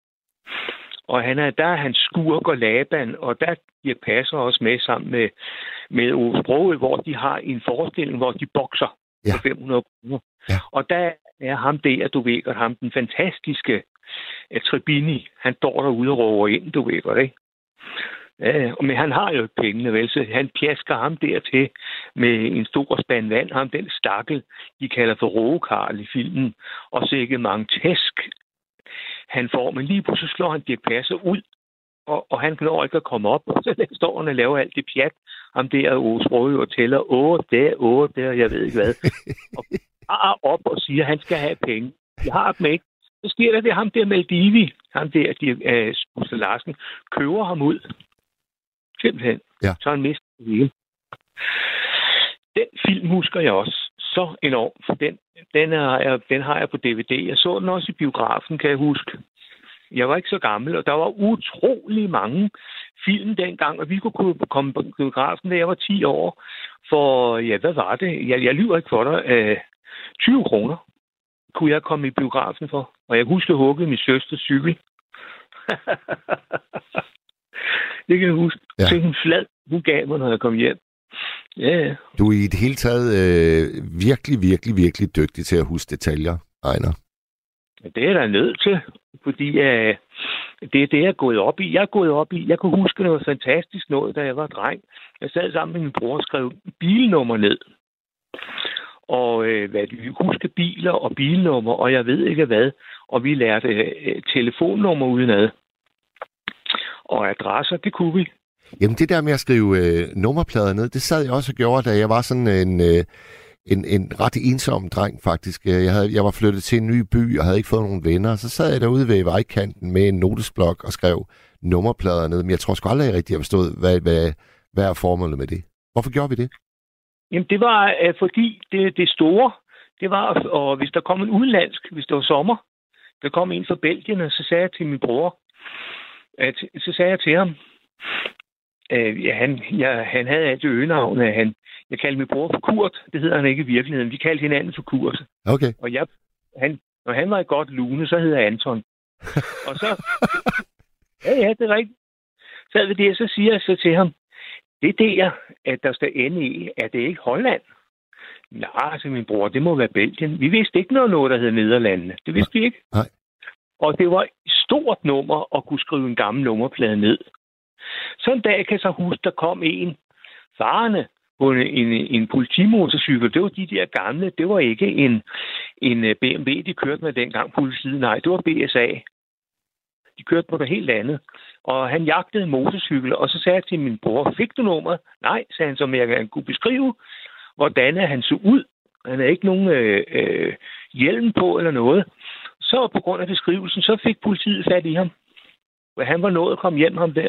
Og han er, der er han skurk og Laban, og der Dirch Passer også med sammen med, med Ove Sprogøe, hvor de har en forestilling, hvor de bokser ja. for fem hundrede kroner. Ja. Og der er ham der, du ved godt, ham den fantastiske uh, Trebini. Han står derude og råber ind, du ved godt, ikke? Ja, men han har jo ikke pengene, vel, så han pjasker ham dertil med en stor spand vand, ham den stakkel, de kalder for Rågekarl i filmen, og så ikke mange tæsk han får, men lige pludselig slår han Dirch Passer ud, og, og han når ikke at komme op, og så står han og laver alt det pjat, ham der Ove Sprogøe og tæller, åh, der, åh, der, jeg ved ikke hvad, og bare op og siger, at han skal have penge. Jeg har dem ikke. Så sker der det, ham der Maldivi, ham der, de, uh, Buster Larsen, køber ham ud. Simpelthen. Ja. Så han mister det hele. Den film husker jeg også så enormt. Den, den, er jeg, den har jeg på D V D. Jeg så den også i biografen, kan jeg huske. Jeg var ikke så gammel, og der var utrolig mange film dengang, og vi kunne komme på biografen, da jeg var ti år. For, ja, hvad var det? Jeg, jeg lyver ikke for dig. Øh, tyve kroner kunne jeg komme i biografen for. Og jeg husker, at jeg huggede min søsters cykel. Det kan jeg huske. Ja. Så en flad, hun gav mig, når jeg kom hjem. Ja, yeah. Du er i det hele taget øh, virkelig, virkelig, virkelig dygtig til at huske detaljer, Ejner. Det er der nødt til, fordi øh, det er det, jeg er gået op i. Jeg er gået op i. Jeg kunne huske noget fantastisk noget, da jeg var dreng. Jeg sad sammen med min bror og skrev bilnummer ned. Og øh, hvad du huske biler og bilnummer, og jeg ved ikke hvad. Og vi lærte øh, telefonnummer udenad. Og adresser, det kunne vi. Jamen det der med at skrive øh, nummerplader ned, det sad jeg også og gjorde, da jeg var sådan en, øh, en, en ret ensom dreng faktisk. Jeg, havde, jeg var flyttet til en ny by og havde ikke fået nogen venner. Så sad jeg derude ved vejkanten med en notesblok og skrev nummerplader ned. Men jeg tror sgu aldrig rigtig, jeg forstod, hvad, hvad, hvad er formålet med det. Hvorfor gjorde vi det? Jamen det var øh, fordi det, det store, det var, og hvis der kom en udenlandsk, hvis det var sommer, der kom en fra Belgien, og så sagde jeg til min bror, at, så sagde jeg til ham, øh, ja, han, jeg, han havde altid øgenavn, at han, jeg kaldte min bror for Kurt, det hedder han ikke i virkeligheden, vi kaldte hinanden for Kurt. Okay. Og jeg, han, når han var i godt lune, så hed jeg Anton. Og så, ja, ja, det er rigtigt. Så ved det, så siger jeg så til ham, det der, at der står N E, er det ikke Holland? Nej, altså min bror, det må være Belgien. Vi vidste ikke noget, noget der hed Nederlandene. Det vidste vi ikke. Nej. Og det var et stort nummer at kunne skrive en gammel nummerplade ned. Så en dag kan jeg så huske, der kom en farende på en, en, en politimotorcykel. Det var de der gamle. Det var ikke en, en B M W, de kørte med dengang politiet. Nej, det var B S A. De kørte på det helt andet. Og han jagtede en motorcykel, og så sagde jeg til min bror, fik du nummeret? Nej, sagde han, som jeg kunne beskrive, hvordan han så ud. Han havde ikke nogen øh, øh, hjelm på eller noget. Så på grund af beskrivelsen, så fik politiet fat i ham. Og han var nået at komme hjem ham der.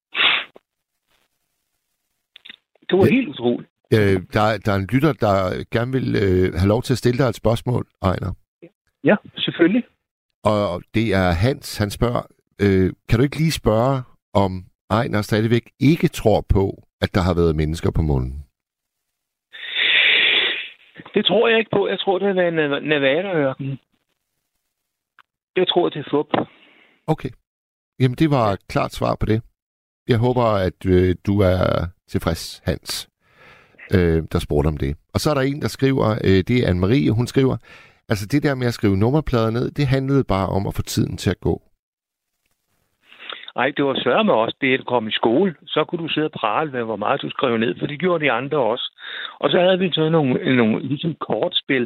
Det var ja. helt utroligt. Øh, der, der er en lytter, der gerne vil øh, have lov til at stille dig et spørgsmål, Ejner. Ja, selvfølgelig. Og det er Hans, han spørger, øh, kan du ikke lige spørge, om Ejner stadigvæk ikke tror på, at der har været mennesker på månen? Det tror jeg ikke på. Jeg tror, det er Nevada-ørken. Jeg tror, det er fup. Okay. Jamen, det var et klart svar på det. Jeg håber, at øh, du er tilfreds, Hans, øh, der spurgte om det. Og så er der en, der skriver, øh, det er Anne-Marie, hun skriver, Altså det der med at skrive nummerplader ned, det handlede bare om at få tiden til at gå. Nej, det var sørme med også det, at komme i skole. Så kunne du sidde og prale med, hvor meget du skrev ned, for det gjorde de andre også. Og så havde vi sådan nogle, nogle ligesom kortspil,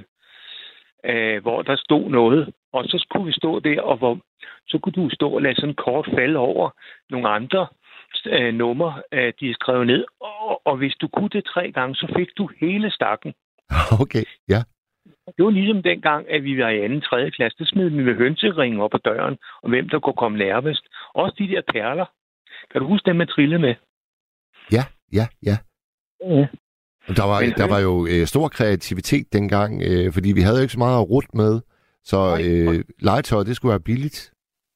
øh, hvor der stod noget. Og så skulle vi stå der, og hvor, så kunne du stå og lade sådan kort falde over nogle andre øh, numre, øh, de er skrevet ned. Og, og hvis du kunne det tre gange, så fik du hele stakken. Okay, ja. Det var ligesom dengang, at vi var i anden, tredje klasse, der smed vi med hønseringen op ad døren, og hvem der kunne komme nærmest. Også de der perler. Kan du huske dem, man trillede med? Ja, ja, ja. Ja. Der var, Men, der var jo øh, stor kreativitet dengang, øh, fordi vi havde jo ikke så meget at rutte med, så øh, legetøj, det skulle være billigt.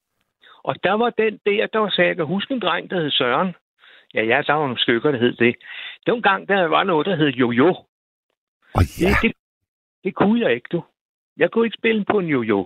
Og der var den der, der var, så jeg kan huske en dreng, der hed Søren. Ja, ja, der var nogle stykker, der hed det. Den gang, der var noget, der hed Jojo. Og ja. Det, det, det kunne jeg ikke, du. Jeg kunne ikke spille på en Jojo.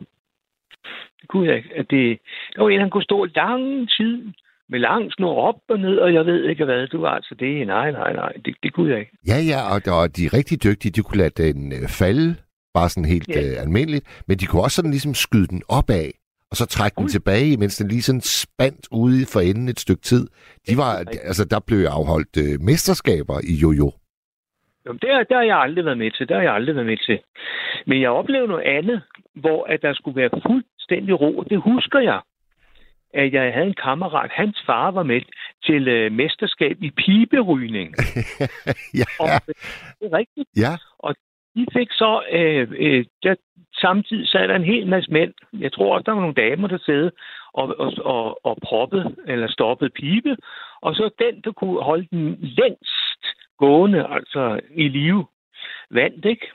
Det kunne jeg ikke. Det, der var en, han kunne stå lang tid med lang snor op og ned, og jeg ved ikke, hvad du var. Altså, det nej, nej, nej. Det, det kunne jeg ikke. Ja, ja, og, og de er rigtig dygtige. De kunne lade den øh, falde, bare sådan helt ja. øh, almindeligt. Men de kunne også sådan ligesom skyde den opad, og så trække den tilbage, mens den lige sådan spandt ude for enden et stykke tid. De var, altså, der blev afholdt øh, mesterskaber i jojo. Jamen, det, har, det har jeg aldrig været med til. Det har jeg aldrig været med til. Men jeg oplevede noget andet, hvor at der skulle være fuldstændig ro. Det husker jeg, at jeg havde en kammerat. Hans far var med til øh, mesterskab i piberygning. Ja. Og, øh, det er rigtigt. Ja. Og de fik så... Øh, øh, der, samtidig sad der en hel masse mænd. Jeg tror også, der var nogle damer, der sad og, og, og, og proppede eller stoppede pibe. Og så den, der kunne holde den længst gående, altså i live, vandt, ikke?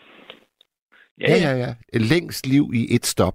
Ja, ja, ja. Længst liv i et stop.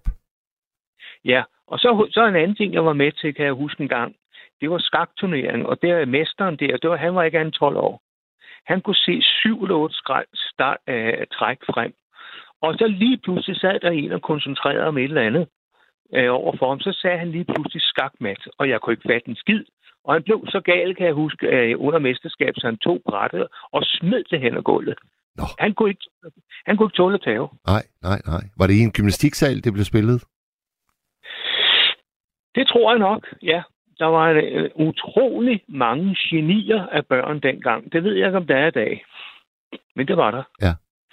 Ja, og så, så en anden ting, jeg var med til, kan jeg huske en gang. Det var skakturnering, og der mesteren der, det var, han var ikke andet tolv år. Han kunne se syv eller otte start, øh, træk frem. Og så lige pludselig sad der en og koncentrerede om et eller andet øh, overfor ham. Så sagde han lige pludselig skakmat, og jeg kunne ikke fatte en skid. Og han blev så gal, kan jeg huske, øh, under mesterskab, så han tog brættet og smed det hen ad gulvet. Nå. Han kunne ikke, han kunne ikke tåle at tage. Nej, nej, nej. Var det i en gymnastiksal, det blev spillet? Det tror jeg nok, ja. Der var øh, utrolig mange genier af børn dengang. Det ved jeg ikke, om der er i dag. Men det var der. Ja.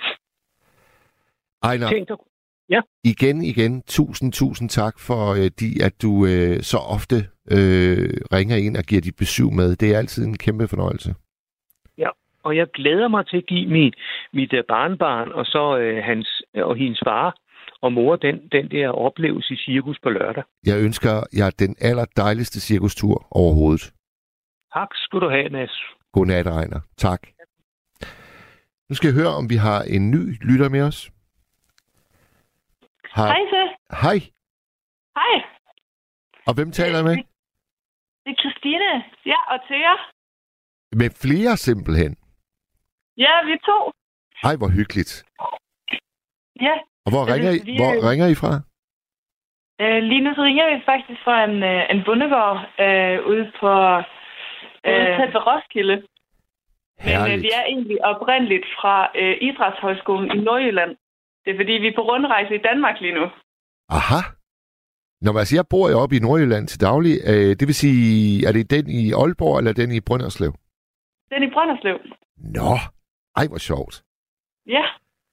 Ejner, Tænk dig. Ja. igen, igen, tusind, tusind tak for, øh, de, at du øh, så ofte øh, ringer ind og giver dit besøg med. Det er altid en kæmpe fornøjelse. Ja, og jeg glæder mig til at give mit, mit uh, barnbarn og så øh, hans og hendes far og mor den, den der oplevelse i cirkus på lørdag. Jeg ønsker jer den allerdejligste cirkustur overhovedet. Tak skal du have, Mads. Godnat, Ejner. Tak. Nu skal jeg høre, om vi har en ny lytter med os. Har... Hej, så. Hej. Hej. Og hvem taler jeg med? Det er Christine. Ja, og Thea. Med flere simpelthen? Ja, vi to. Ej, hvor hyggeligt. Ja. Og hvor, altså, ringer, I, vi, hvor ringer I fra? Øh, lige nu så ringer vi faktisk fra en, øh, en bondegård øh, ude på øh, tæt ved Roskilde. Herligt. Men øh, vi er egentlig oprindeligt fra øh, Idrætshøjskolen i Nordjylland. Det er fordi, vi er på rundrejse i Danmark lige nu. Aha. Når man siger, jeg bor jo oppe i Nordjylland til daglig. Øh, det vil sige, er det den i Aalborg, eller den i Brønderslev? Den i Brønderslev. Nå, ej hvor sjovt. Ja.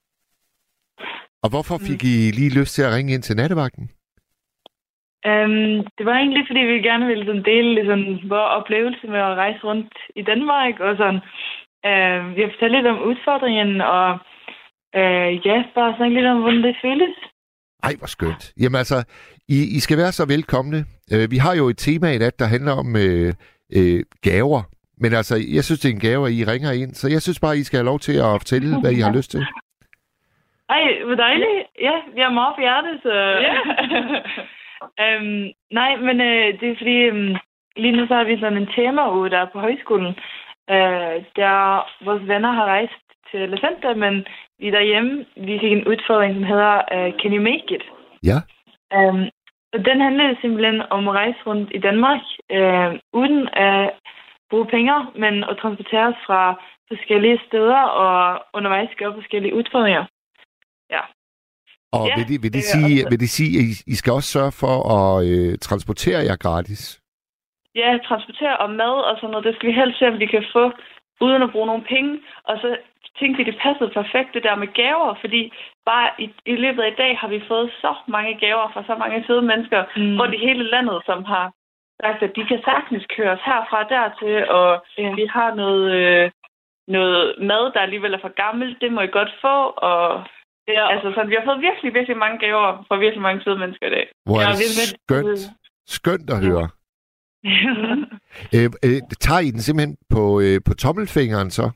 Og hvorfor fik I lige lyst til at ringe ind til nattevagten? Um, det var egentlig, fordi vi gerne ville sådan dele ligesom, vores oplevelse med at rejse rundt i Danmark. Og sådan. Uh, vi har fortalt lidt om udfordringen, og uh, ja, bare snakke lidt om, hvordan det føles. Ej, hvor skønt. Jamen altså, I, I skal være så velkomne. Uh, vi har jo et tema i nat, der handler om uh, uh, gaver. Men altså, jeg synes, det er en gave, at I ringer ind. Så jeg synes bare, I skal have lov til at fortælle, hvad I har lyst til. Ej, hvor dejligt. Ja, vi har meget på hjertet, så... Ja. um, nej, men øh, det er fordi, um, lige nu så har vi sådan en temauge der på højskolen. Uh, der vores venner har rejst til La Centa, men vi er derhjemme. Vi fik en udfordring, som hedder uh, Can you make it? Ja. Um, og den handler simpelthen om at rejse rundt i Danmark, uh, uden at bruge penge, men at transporteres fra forskellige steder og undervejs gøre forskellige udfordringer. Ja. Og Ja, vil, det, vil, det øh, sige, og- vil det sige, at I, I skal også sørge for at øh, transportere jer gratis? Ja, transportere og mad og sådan noget, det skal vi helst se, om vi kan få, uden at bruge nogle penge. Og så tænkte vi, det passede perfekt, det der med gaver, fordi bare i, i løbet af i dag har vi fået så mange gaver fra så mange søde mennesker Mm. rundt i hele landet, som har sagt, at de kan sagtens køre os herfra dertil, og Ja. vi har noget, øh, noget mad, der alligevel er for gammelt, det må I godt få, og Ja, altså sådan, vi har fået virkelig, virkelig mange gaver fra virkelig mange søde mennesker i dag. Hvor Ja, er det vi vil- skønt, skønt at høre. Øh, øh, tager I den simpelthen på, øh, på tommelfingeren så?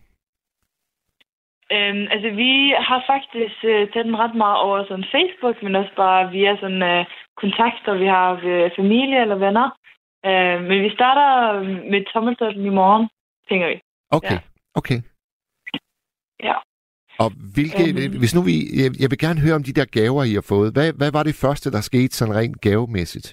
Øhm, altså, vi har faktisk øh, taget den ret meget over sådan Facebook, men også bare via sådan øh, kontakter, vi har ved familie eller venner. Øh, men vi starter med tommeltotten i morgen, tænker vi. Okay, Ja. okay. Ja. Og hvilke, Øhm. hvis nu vi, jeg, jeg vil gerne høre om de der gaver, I har fået. Hvad, hvad var det første, der skete sådan rent gavemæssigt?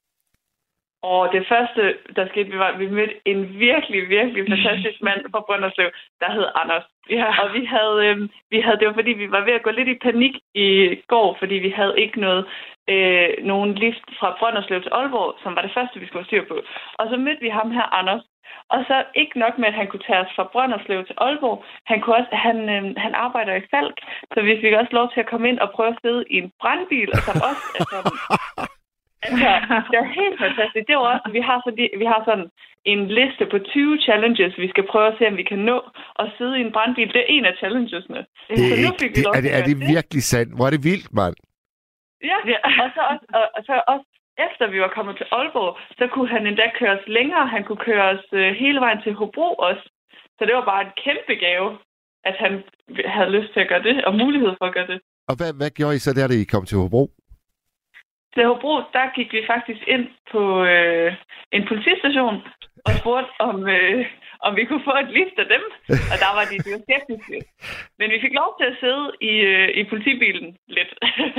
Og det første, der skete, vi var, at vi mødte en virkelig, virkelig fantastisk mand fra Brønderslev, der hed Anders. Ja. Og vi havde, øh, vi havde, det var fordi, vi var ved at gå lidt i panik i går, fordi vi havde ikke noget, øh, nogen lift fra Brønderslev til Aalborg, som var det første, vi skulle have styr på. Og så mødte vi ham her, Anders. Og så ikke nok med, at han kunne tage os fra Brønderslev til Aalborg. Han, kunne også, han, øh, han arbejder i Falk, så vi fik også lov til at komme ind og prøve at sidde i en brandbil, og som også altså, altså, det var helt fantastisk. Det var også, vi har, sådan, vi har sådan en liste på tyve challenges, vi skal prøve at se, om vi kan nå at sidde i en brandbil. Det er en af challengesne. Det Så er, nu ikke, fik vi det, lov er, til det, at er det gøre virkelig sandt? Hvor er det vildt, mand? Ja, og så også, og, og så også efter vi var kommet til Aalborg, så kunne han endda køre os længere. Han kunne køre os øh, hele vejen til Hobro også. Så det var bare en kæmpe gave, at han havde lyst til at gøre det, og mulighed for at gøre det. Og hvad, hvad gjorde I så der, da I kom til Hobro? Til Hobro, der gik vi faktisk ind på øh, en politistation og spurgte, om, øh, om vi kunne få et lift af dem. Og der var de, de var skeptiske. Men vi fik lov til at sidde i, øh, i politibilen lidt.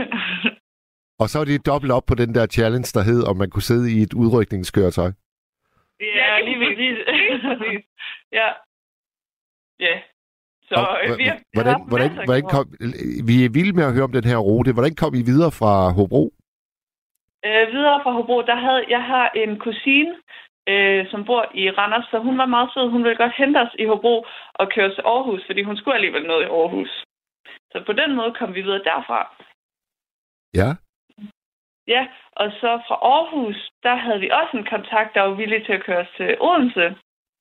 Og så var det dobbelt op på den der challenge, der hed, om man kunne sidde i et udrykningskøretøj. Ja, lige præcis. Lige præcis. Ja. Ja. Så Og øh, hva- vi har hvordan, haft hvordan, masser af hvordan gaver. kom, vi er vilde med at høre om den her rute. Hvordan kom I videre fra Hobro? Øh, videre fra Hobro, der havde jeg har en kusine, øh, som bor i Randers, så hun var meget sød. Hun ville godt hente os i Hobro og køre til Aarhus, fordi hun skulle alligevel noget i Aarhus. Så på den måde kom vi videre derfra. Ja. Ja, og så fra Aarhus, der havde vi også en kontakt, der var villig til at køre os til Odense.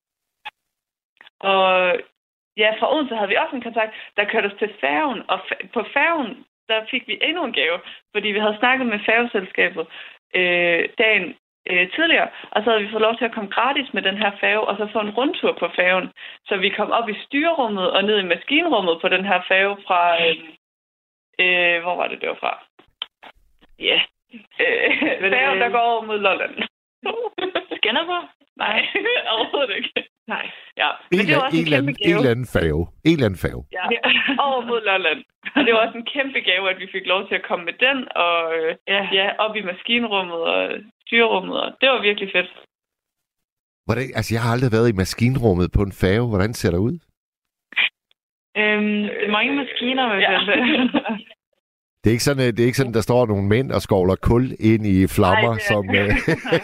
Og ja, fra Odense havde vi også en kontakt, der kørte os til færgen. Og f- på færgen, der fik vi endnu en gave, fordi vi havde snakket med færgeselskabet øh, dagen øh, tidligere. Og så havde vi fået lov til at komme gratis med den her færge, og så få en rundtur på færgen. Så vi kom op i styrerummet og ned i maskinrummet på den her færge fra... Øh, øh, hvor var det, det var fra? Ja. Øh, færgen, der går over mod Lolland. Skanderborg? Nej, overhovedet ikke. Nej. Ja, men En, det var også en, en, kæmpe anden, en gave. eller anden færge. En eller anden færge. Ja, over mod Lolland. Og det var også en kæmpe gave, at vi fik lov til at komme med den, og øh, ja. ja, op i maskinrummet og styrerummet, og det var virkelig fedt. Hvordan, altså, jeg har aldrig været i maskinrummet på en færge. Hvordan ser det ud? Øhm, det er mange maskiner, med ja. Det er ikke sådan, det er ikke sådan, der står nogle mænd og skovler kul ind i flammer, Nej, det er- som... øh,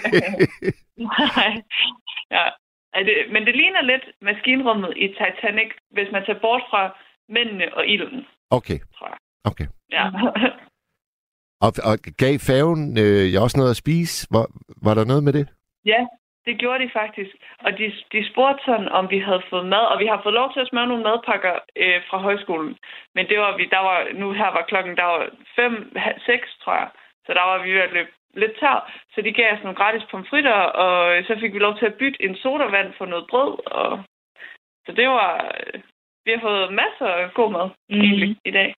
Nej. Ja. Er det, men det ligner lidt maskinrummet i Titanic, hvis man tager bort fra mændene og ilden, Okay, tror jeg. okay. Ja. Og, og gav færgen øh, jeg også noget at spise? Var, var der noget med det? Ja, det gjorde de faktisk. Og de, de spurgte sådan, om vi havde fået mad, og vi har fået lov til at smøre nogle madpakker øh, fra højskolen. Men det var vi, der var, nu her var klokken, der var fem, seks, tror jeg. Så der var vi ved at løbe lidt tør. Så de gav os nogle gratis pomfritter, og så fik vi lov til at bytte en sodavand for noget brød. Og... Så det var... Vi har fået masser af god mad, mm. egentlig, i dag.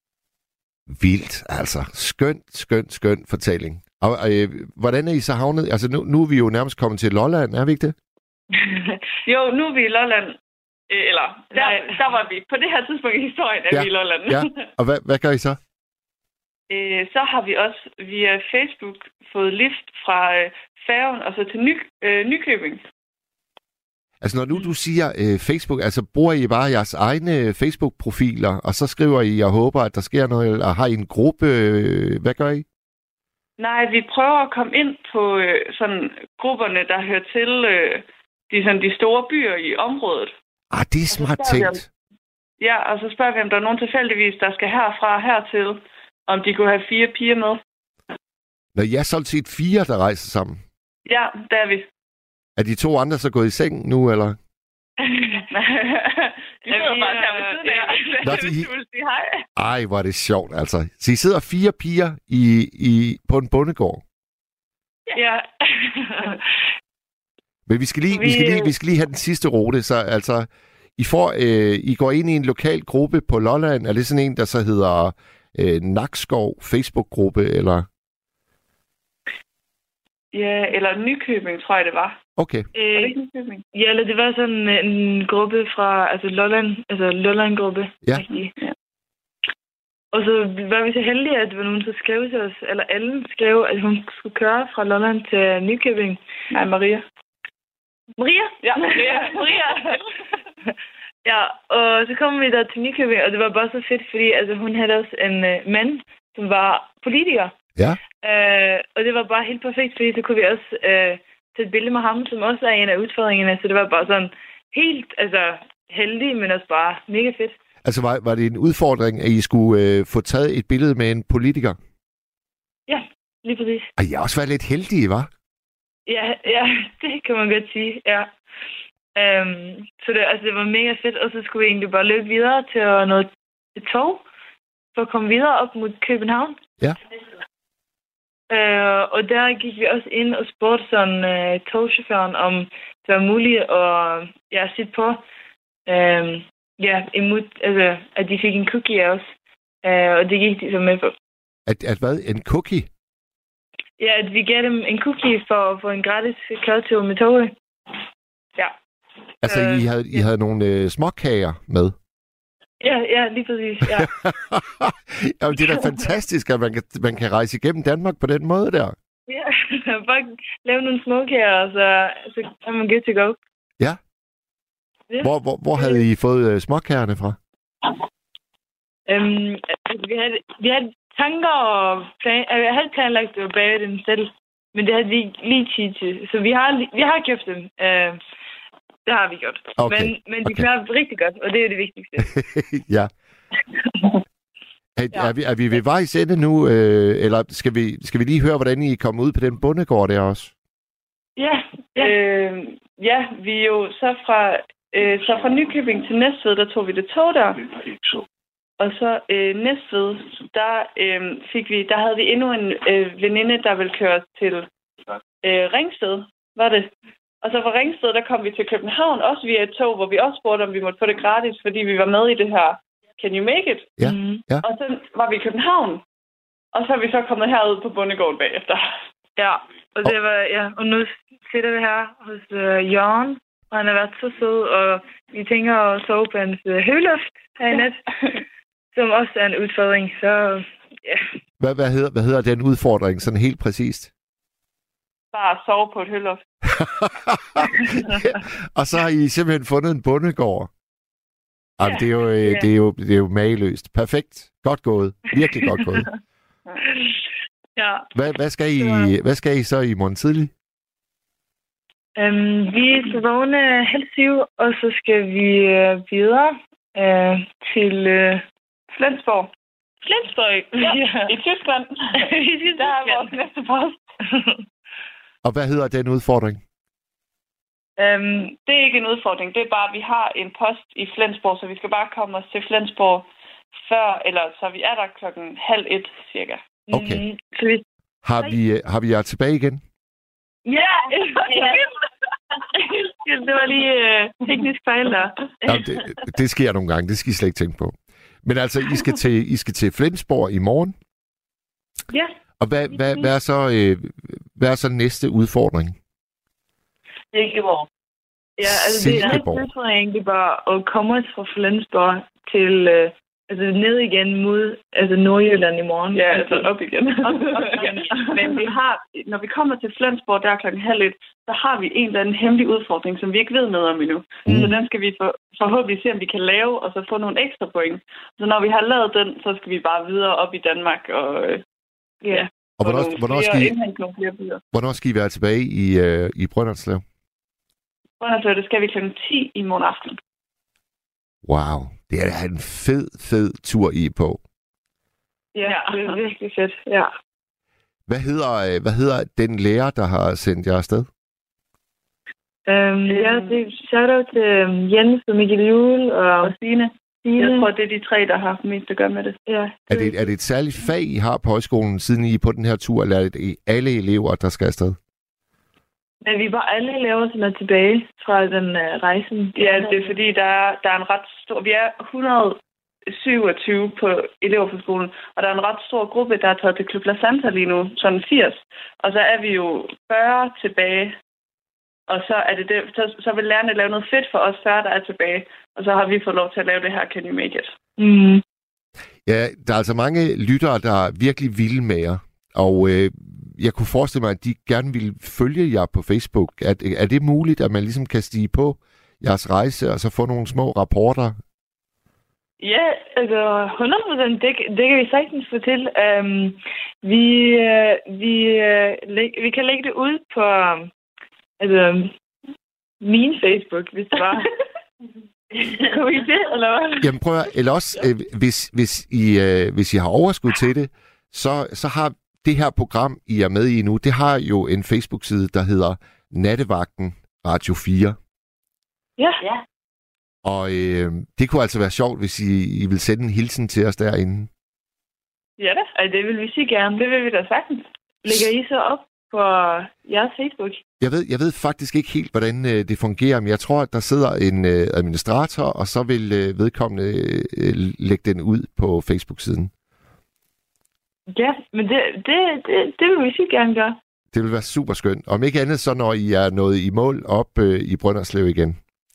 Vildt, altså. Skønt, skønt, skønt fortælling. Og øh, hvordan er I så havnet? Altså, nu, nu er vi jo nærmest kommet til Lolland, er vi ikke det? Jo, nu er vi i Lolland. Øh, Eller, der, der var vi. På det her tidspunkt i historien er Ja, vi i Lolland. Ja, og hvad, hvad gør I så? Øh, så har vi også via Facebook fået lift fra øh, færgen og så til Ny, øh, Nykøbing. Altså, når nu du siger øh, Facebook, altså bruger I bare jeres egne Facebook-profiler, og så skriver I og håber, at der sker noget, eller har I en gruppe? Øh, hvad gør I? Nej, vi prøver at komme ind på øh, sådan grupperne, der hører til øh, de, sådan, de store byer i området. Ah, det er smart tænkt. Ja, og så spørger vi, om der er nogen tilfældigvis, der skal herfra og hertil, om de kunne have fire piger med. Når jeg er sådan set fire, der rejser sammen. Ja, der er vi. Er de to andre så gået i seng nu, eller? de sidder bare her ved siden af. Nå, de... Ej, hvor er det sjovt, altså. Så I sidder fire piger i, i, på en bondegård? Ja. Men vi skal, lige, vi... Vi, skal lige, vi skal lige have den sidste rute, så altså... I, får, øh, I går ind i en lokal gruppe på Lolland. Er det sådan en, der så hedder øh, Nakskov Facebook-gruppe, eller? Ja, eller Nykøbing, tror jeg, det var. Okay. Øh, det Nykøbing? Ja, eller det var sådan en gruppe fra, altså Lolland, altså Lolland-gruppe. Ja. ja. Og så var vi så heldige, at det var nogen, der skrev til os, eller alle skrev, at hun skulle køre fra Lolland til Nykøbing. Nej, Maria. Maria? Ja, Maria. Maria. Ja, og så kom vi der til Nykøbing, og det var bare så fedt, fordi altså, hun havde også en uh, mand, som var politiker. Ja. Uh, og det var bare helt perfekt, fordi så kunne vi også uh, tage et billede med ham, som også er en af udfordringerne. Så det var bare sådan helt altså, heldig, men også bare mega fedt. Altså var, var det en udfordring, at I skulle uh, få taget et billede med en politiker? Ja, lige præcis. Og I har også været lidt heldige, hva'? Ja, ja, det kan man godt sige, ja. Um, så det, altså, det var mega fedt, og så skulle vi egentlig bare løbe videre til noget et tog, for at komme videre op mod København. Ja. Uh, og der gik vi også ind og spurgte sådan uh, togchaufføren, om det var muligt at ja, sætte på, uh, ja, imod, altså, at de fik en cookie af os. Uh, og det gik de så med på. At, at hvad? En cookie? Ja, at vi gav dem en cookie for at få en gratis køretur med toget. Ja. Altså, øh, I havde, I havde nogle øh, småkager med? Ja, ja, lige præcis, ja. Jamen, det er da fantastisk, at man kan, man kan rejse igennem Danmark på den måde der. Ja, bare lave nogle småkager, og så, så kan man good to go. Ja? ja. Hvor, hvor, hvor havde I fået øh, småkagerne fra? Øhm, altså, vi havde, vi havde tanker og plan... Altså, jeg havde planlagt at bage dem selv, men det havde vi ikke lige tid til. Så vi har, vi har købt dem. Øh, det har vi gjort. Okay. Men, men de okay. klarer rigtig godt, og det er jo det vigtigste. ja. Er, ja. Er, vi, er vi ved vejs ende nu, øh, eller skal vi, skal vi lige høre, hvordan I kommer ud på den bondegård der også? Ja, ja. Øh, ja vi er jo så fra, øh, så fra Nykøbing til Næstved, der tog vi det tog der. Og så øh, Næstved, der øh, fik vi, der havde vi endnu en øh, veninde, der ville køre til øh, Ringsted, var det. Og så fra Ringsted, der kom vi til København, også via et tog, hvor vi også spurgte, om vi måtte få det gratis, fordi vi var med i det her Can You Make It? Ja, ja. Og så var vi i København, og så er vi så kommet herud på bondegården bagefter. Ja, og det var, ja, og nu sidder vi her hos øh, Jørgen, og han har været så sød, og vi tænker at sove på hans øh, høloft her i nat, som også er en udfordring, så ja. Hvad, hvad, hedder, hvad hedder den udfordring, sådan helt præcist? Bare at sove på et høloft. Og så har I simpelthen fundet en bondegård. Jamen, det, er jo, ja. det, er jo, det er jo mageløst. Perfekt. Godt gået. Virkelig godt gået. Ja. Hvad, hvad, skal I, hvad skal I så i morgen tidlig? Um, vi skal vågne halv syv, og så skal vi uh, videre uh, til uh, Flensborg. Flensborg? Ja, ja. I Tyskland. I Tyskland. Der er vores næste post. Og hvad hedder den udfordring? Um, det er ikke en udfordring. Det er bare, at vi har en post i Flensborg, så vi skal bare komme os til Flensborg før, eller så vi er der klokken halv et cirka. Okay. Mm, så vi... Har vi, har vi jer tilbage igen? Ja! Det var lige uh, teknisk fejl der. Jamen, det, det sker nogle gange. Det skal I slet ikke tænke på. Men altså, I skal til, I skal til Flensborg i morgen? Ja. Og hvad, hvad, hvad, er så, øh, hvad er så næste udfordring? Silkeborg. Ja, altså Silkeborg. Det er egentlig bare at komme fra Flensborg til, øh, altså ned igen mod altså Nordjylland i morgen. Ja, altså op igen. op, op igen. Men vi har, når vi kommer til Flensborg der klokken halv et, så har vi en eller anden hemmelig udfordring, som vi ikke ved noget om endnu. Mm. Så den skal vi for, forhåbentlig se, om vi kan lave, og så få nogle ekstra point. Så når vi har lavet den, så skal vi bare videre op i Danmark og øh, ja. Og hvornår, nogle hvornår, flere, skal I, nogle flere byer. hvornår skal I være tilbage i, øh, i Brønderslev? Brønderslev, det skal vi klokken ti i morgen aften. Wow, det er en fed, fed tur I er på. Ja, det er virkelig fedt, ja. Hvad hedder, øh, hvad hedder den lærer, der har sendt jer afsted? Um, ja, det er shout-out til Jens og Mikkel Juhl og, og Stine. Jeg tror, det er de tre, der har haft mest at gøre med det. Ja, det er, det, er det et særligt fag, I har på højskolen, siden I er på den her tur, eller er det alle elever, der skal afsted? Men vi var alle elever, som er tilbage fra den uh, rejsen. Ja, det er fordi, der er, der er en ret stor... Vi er et hundrede og syvogtyve på elever på skolen, og der er en ret stor gruppe, der er taget til Club La Santa lige nu, sådan firs. Og så er vi jo fyrre tilbage, og så er det det, så, så vil lærerne lave noget fedt for os fyrre, der er tilbage, og så har vi fået lov til at lave det her Can You Make It. Mm. Ja, der er altså mange lyttere, der er virkelig vilde med jer, og øh, jeg kunne forestille mig, at de gerne ville følge jer på Facebook. Er, er det muligt, at man ligesom kan stige på jeres rejse, og så få nogle små rapporter? Ja, altså hundrede procent, det, det kan vi sagtens få til. Um, vi, uh, vi, uh, læg, vi kan lægge det ud på um, altså, min Facebook, hvis det var. Kunne vi det, eller hvad? Jamen prøv at, eller også, øh, hvis, hvis, I, øh, hvis I har overskud til det, så, så har det her program, I er med i nu, det har jo en Facebook-side, der hedder Nattevagten Radio fire. Ja, ja. Og øh, det kunne altså være sjovt, hvis I, I vil sende en hilsen til os derinde. Ja da, altså, det vil vi sige gerne. Det vil vi da sagtens. Lægger I så op på jeres Facebook? Jeg ved, jeg ved faktisk ikke helt, hvordan øh, det fungerer, men jeg tror, at der sidder en øh, administrator, og så vil øh, vedkommende øh, lægge den ud på Facebook-siden. Ja, men det, det, det, det vil vi sige gerne gøre. Det vil være super skønt. Om ikke andet, så når I er nået i mål op øh, i Brønderslev igen.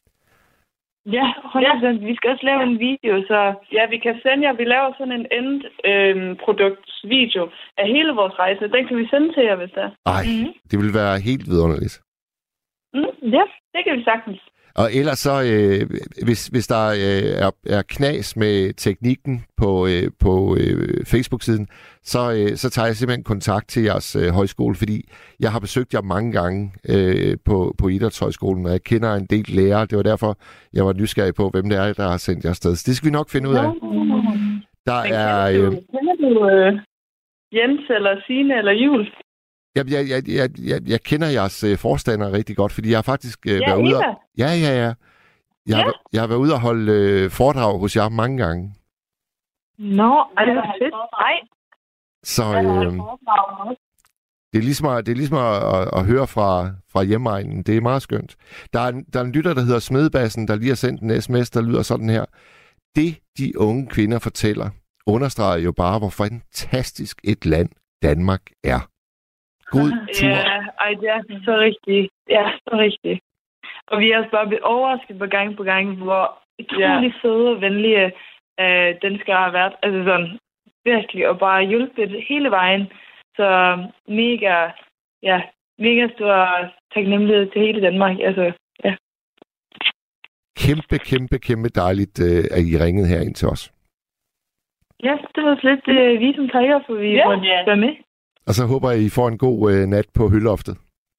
Ja, hundrede procent. Ja. Vi skal også lave en video, så ja, vi kan sende jer. Vi laver sådan en endproduktsvideo øh, af hele vores rejse. Den kan vi sende til jer, hvis det er. Ej, mm-hmm. Det vil være helt vidunderligt. Mm, ja, det kan vi sagtens. Og ellers så, øh, hvis, hvis der øh, er, er knas med teknikken på, øh, på øh, Facebook-siden, så, øh, så tager jeg simpelthen kontakt til jeres øh, højskole, fordi jeg har besøgt jer mange gange øh, på, på Idrætshøjskolen, og jeg kender en del lærere. Det var derfor, jeg var nysgerrig på, hvem det er, der har sendt jer afsted. Så det skal vi nok finde ud af. Der er... Øh, kender du øh, Jens eller Signe eller Juhl? Jeg, jeg, jeg, jeg, jeg, jeg kender jeres øh, forstander rigtig godt, fordi jeg har faktisk øh, ja, været ude og... Ja, ja, ja. Jeg, ja. Har, jeg har været ude og holde øh, foredrag hos jer mange gange. Nå, er det var fedt. Nej. Så øh, det er ligesom, at, det er ligesom at, at, at høre fra, fra hjemmeegnen. Det er meget skønt. Der er, der er en lytter, der hedder Smedebassen, der lige har sendt en sms, der lyder sådan her. Det, de unge kvinder fortæller, understreger jo bare, hvor fantastisk et land Danmark er. God tur. Ja, ej, det er så rigtigt. Ja, så rigtigt. Og vi er også bare blevet overrasket på gang på gang, hvor utrolig ja. søde og venlige øh, danskere har været. Altså sådan, virkelig, og bare hjulpet hele vejen. Så mega, ja, mega stor taknemmelighed til hele Danmark. Altså, ja. Kæmpe, kæmpe, kæmpe dejligt, øh, at I ringede her ind til os. Ja, det var slet øh, vi som tager, for vi ja. måtte være med. Og så håber jeg, I får en god øh, nat på høloftet.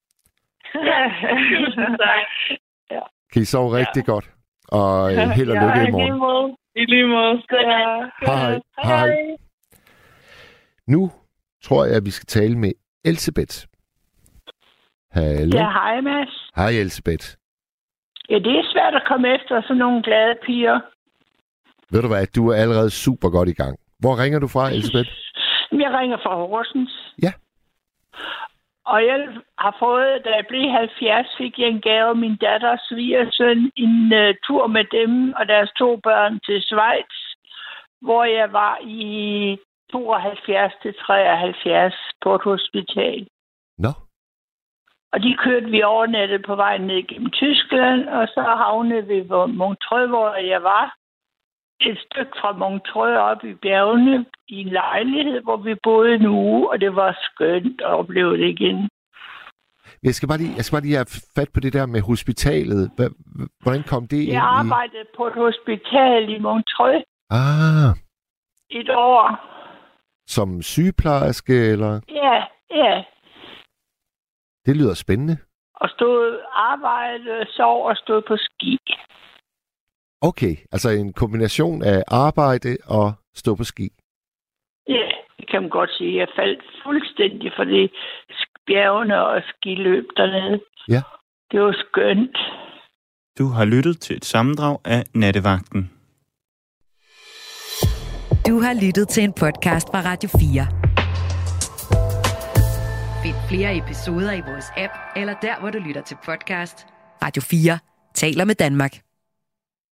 Ja. Kan I sove rigtig ja. godt. Og øh, held og lykke ja, i morgen. I lige måde. I lige måde. Ja. Hej. Hej. Hej. Nu tror jeg, at vi skal tale med Elsebeth. Hallo. Ja, hej Mads. Hej Elsebeth. Ja, det er svært at komme efter sådan nogle glade piger. Ved du hvad, du er allerede super godt i gang. Hvor ringer du fra, Elsebeth? Jeg ringer fra Horsens. Ja. Og jeg har fået, da jeg blev halvfjerds, fik jeg en gave af min datter og svigersøn, en uh, tur med dem og deres to børn til Schweiz, hvor jeg var i tooghalvfjerds til treoghalvfjerds på et hospital. Nå. Og de kørte vi overnattet på vej ned gennem Tyskland, og så havnede vi på Montreux, hvor jeg var. et stykke fra Montreux op i bjergene i en lejlighed, hvor vi boede en uge, og det var skønt at opleve det igen. Jeg skal bare lige, jeg skal bare lige have fat på det der med hospitalet. Hvordan kom det ind i... Jeg arbejdede på et hospital i Montreux. Ah. Et år. Som sygeplejerske, eller? Ja, ja. Det lyder spændende. Og stod, arbejdede, sov og stod på ski. Okay, altså en kombination af arbejde og stå på ski. Ja, det kan man godt sige. Jeg faldt fuldstændig for det bjergene og skiløb dernede. Ja. Det var skønt. Du har lyttet til et sammendrag af Nattevagten. Du har lyttet til en podcast fra Radio fire. Find flere episoder i vores app, eller der, hvor du lytter til podcast. Radio fire taler med Danmark.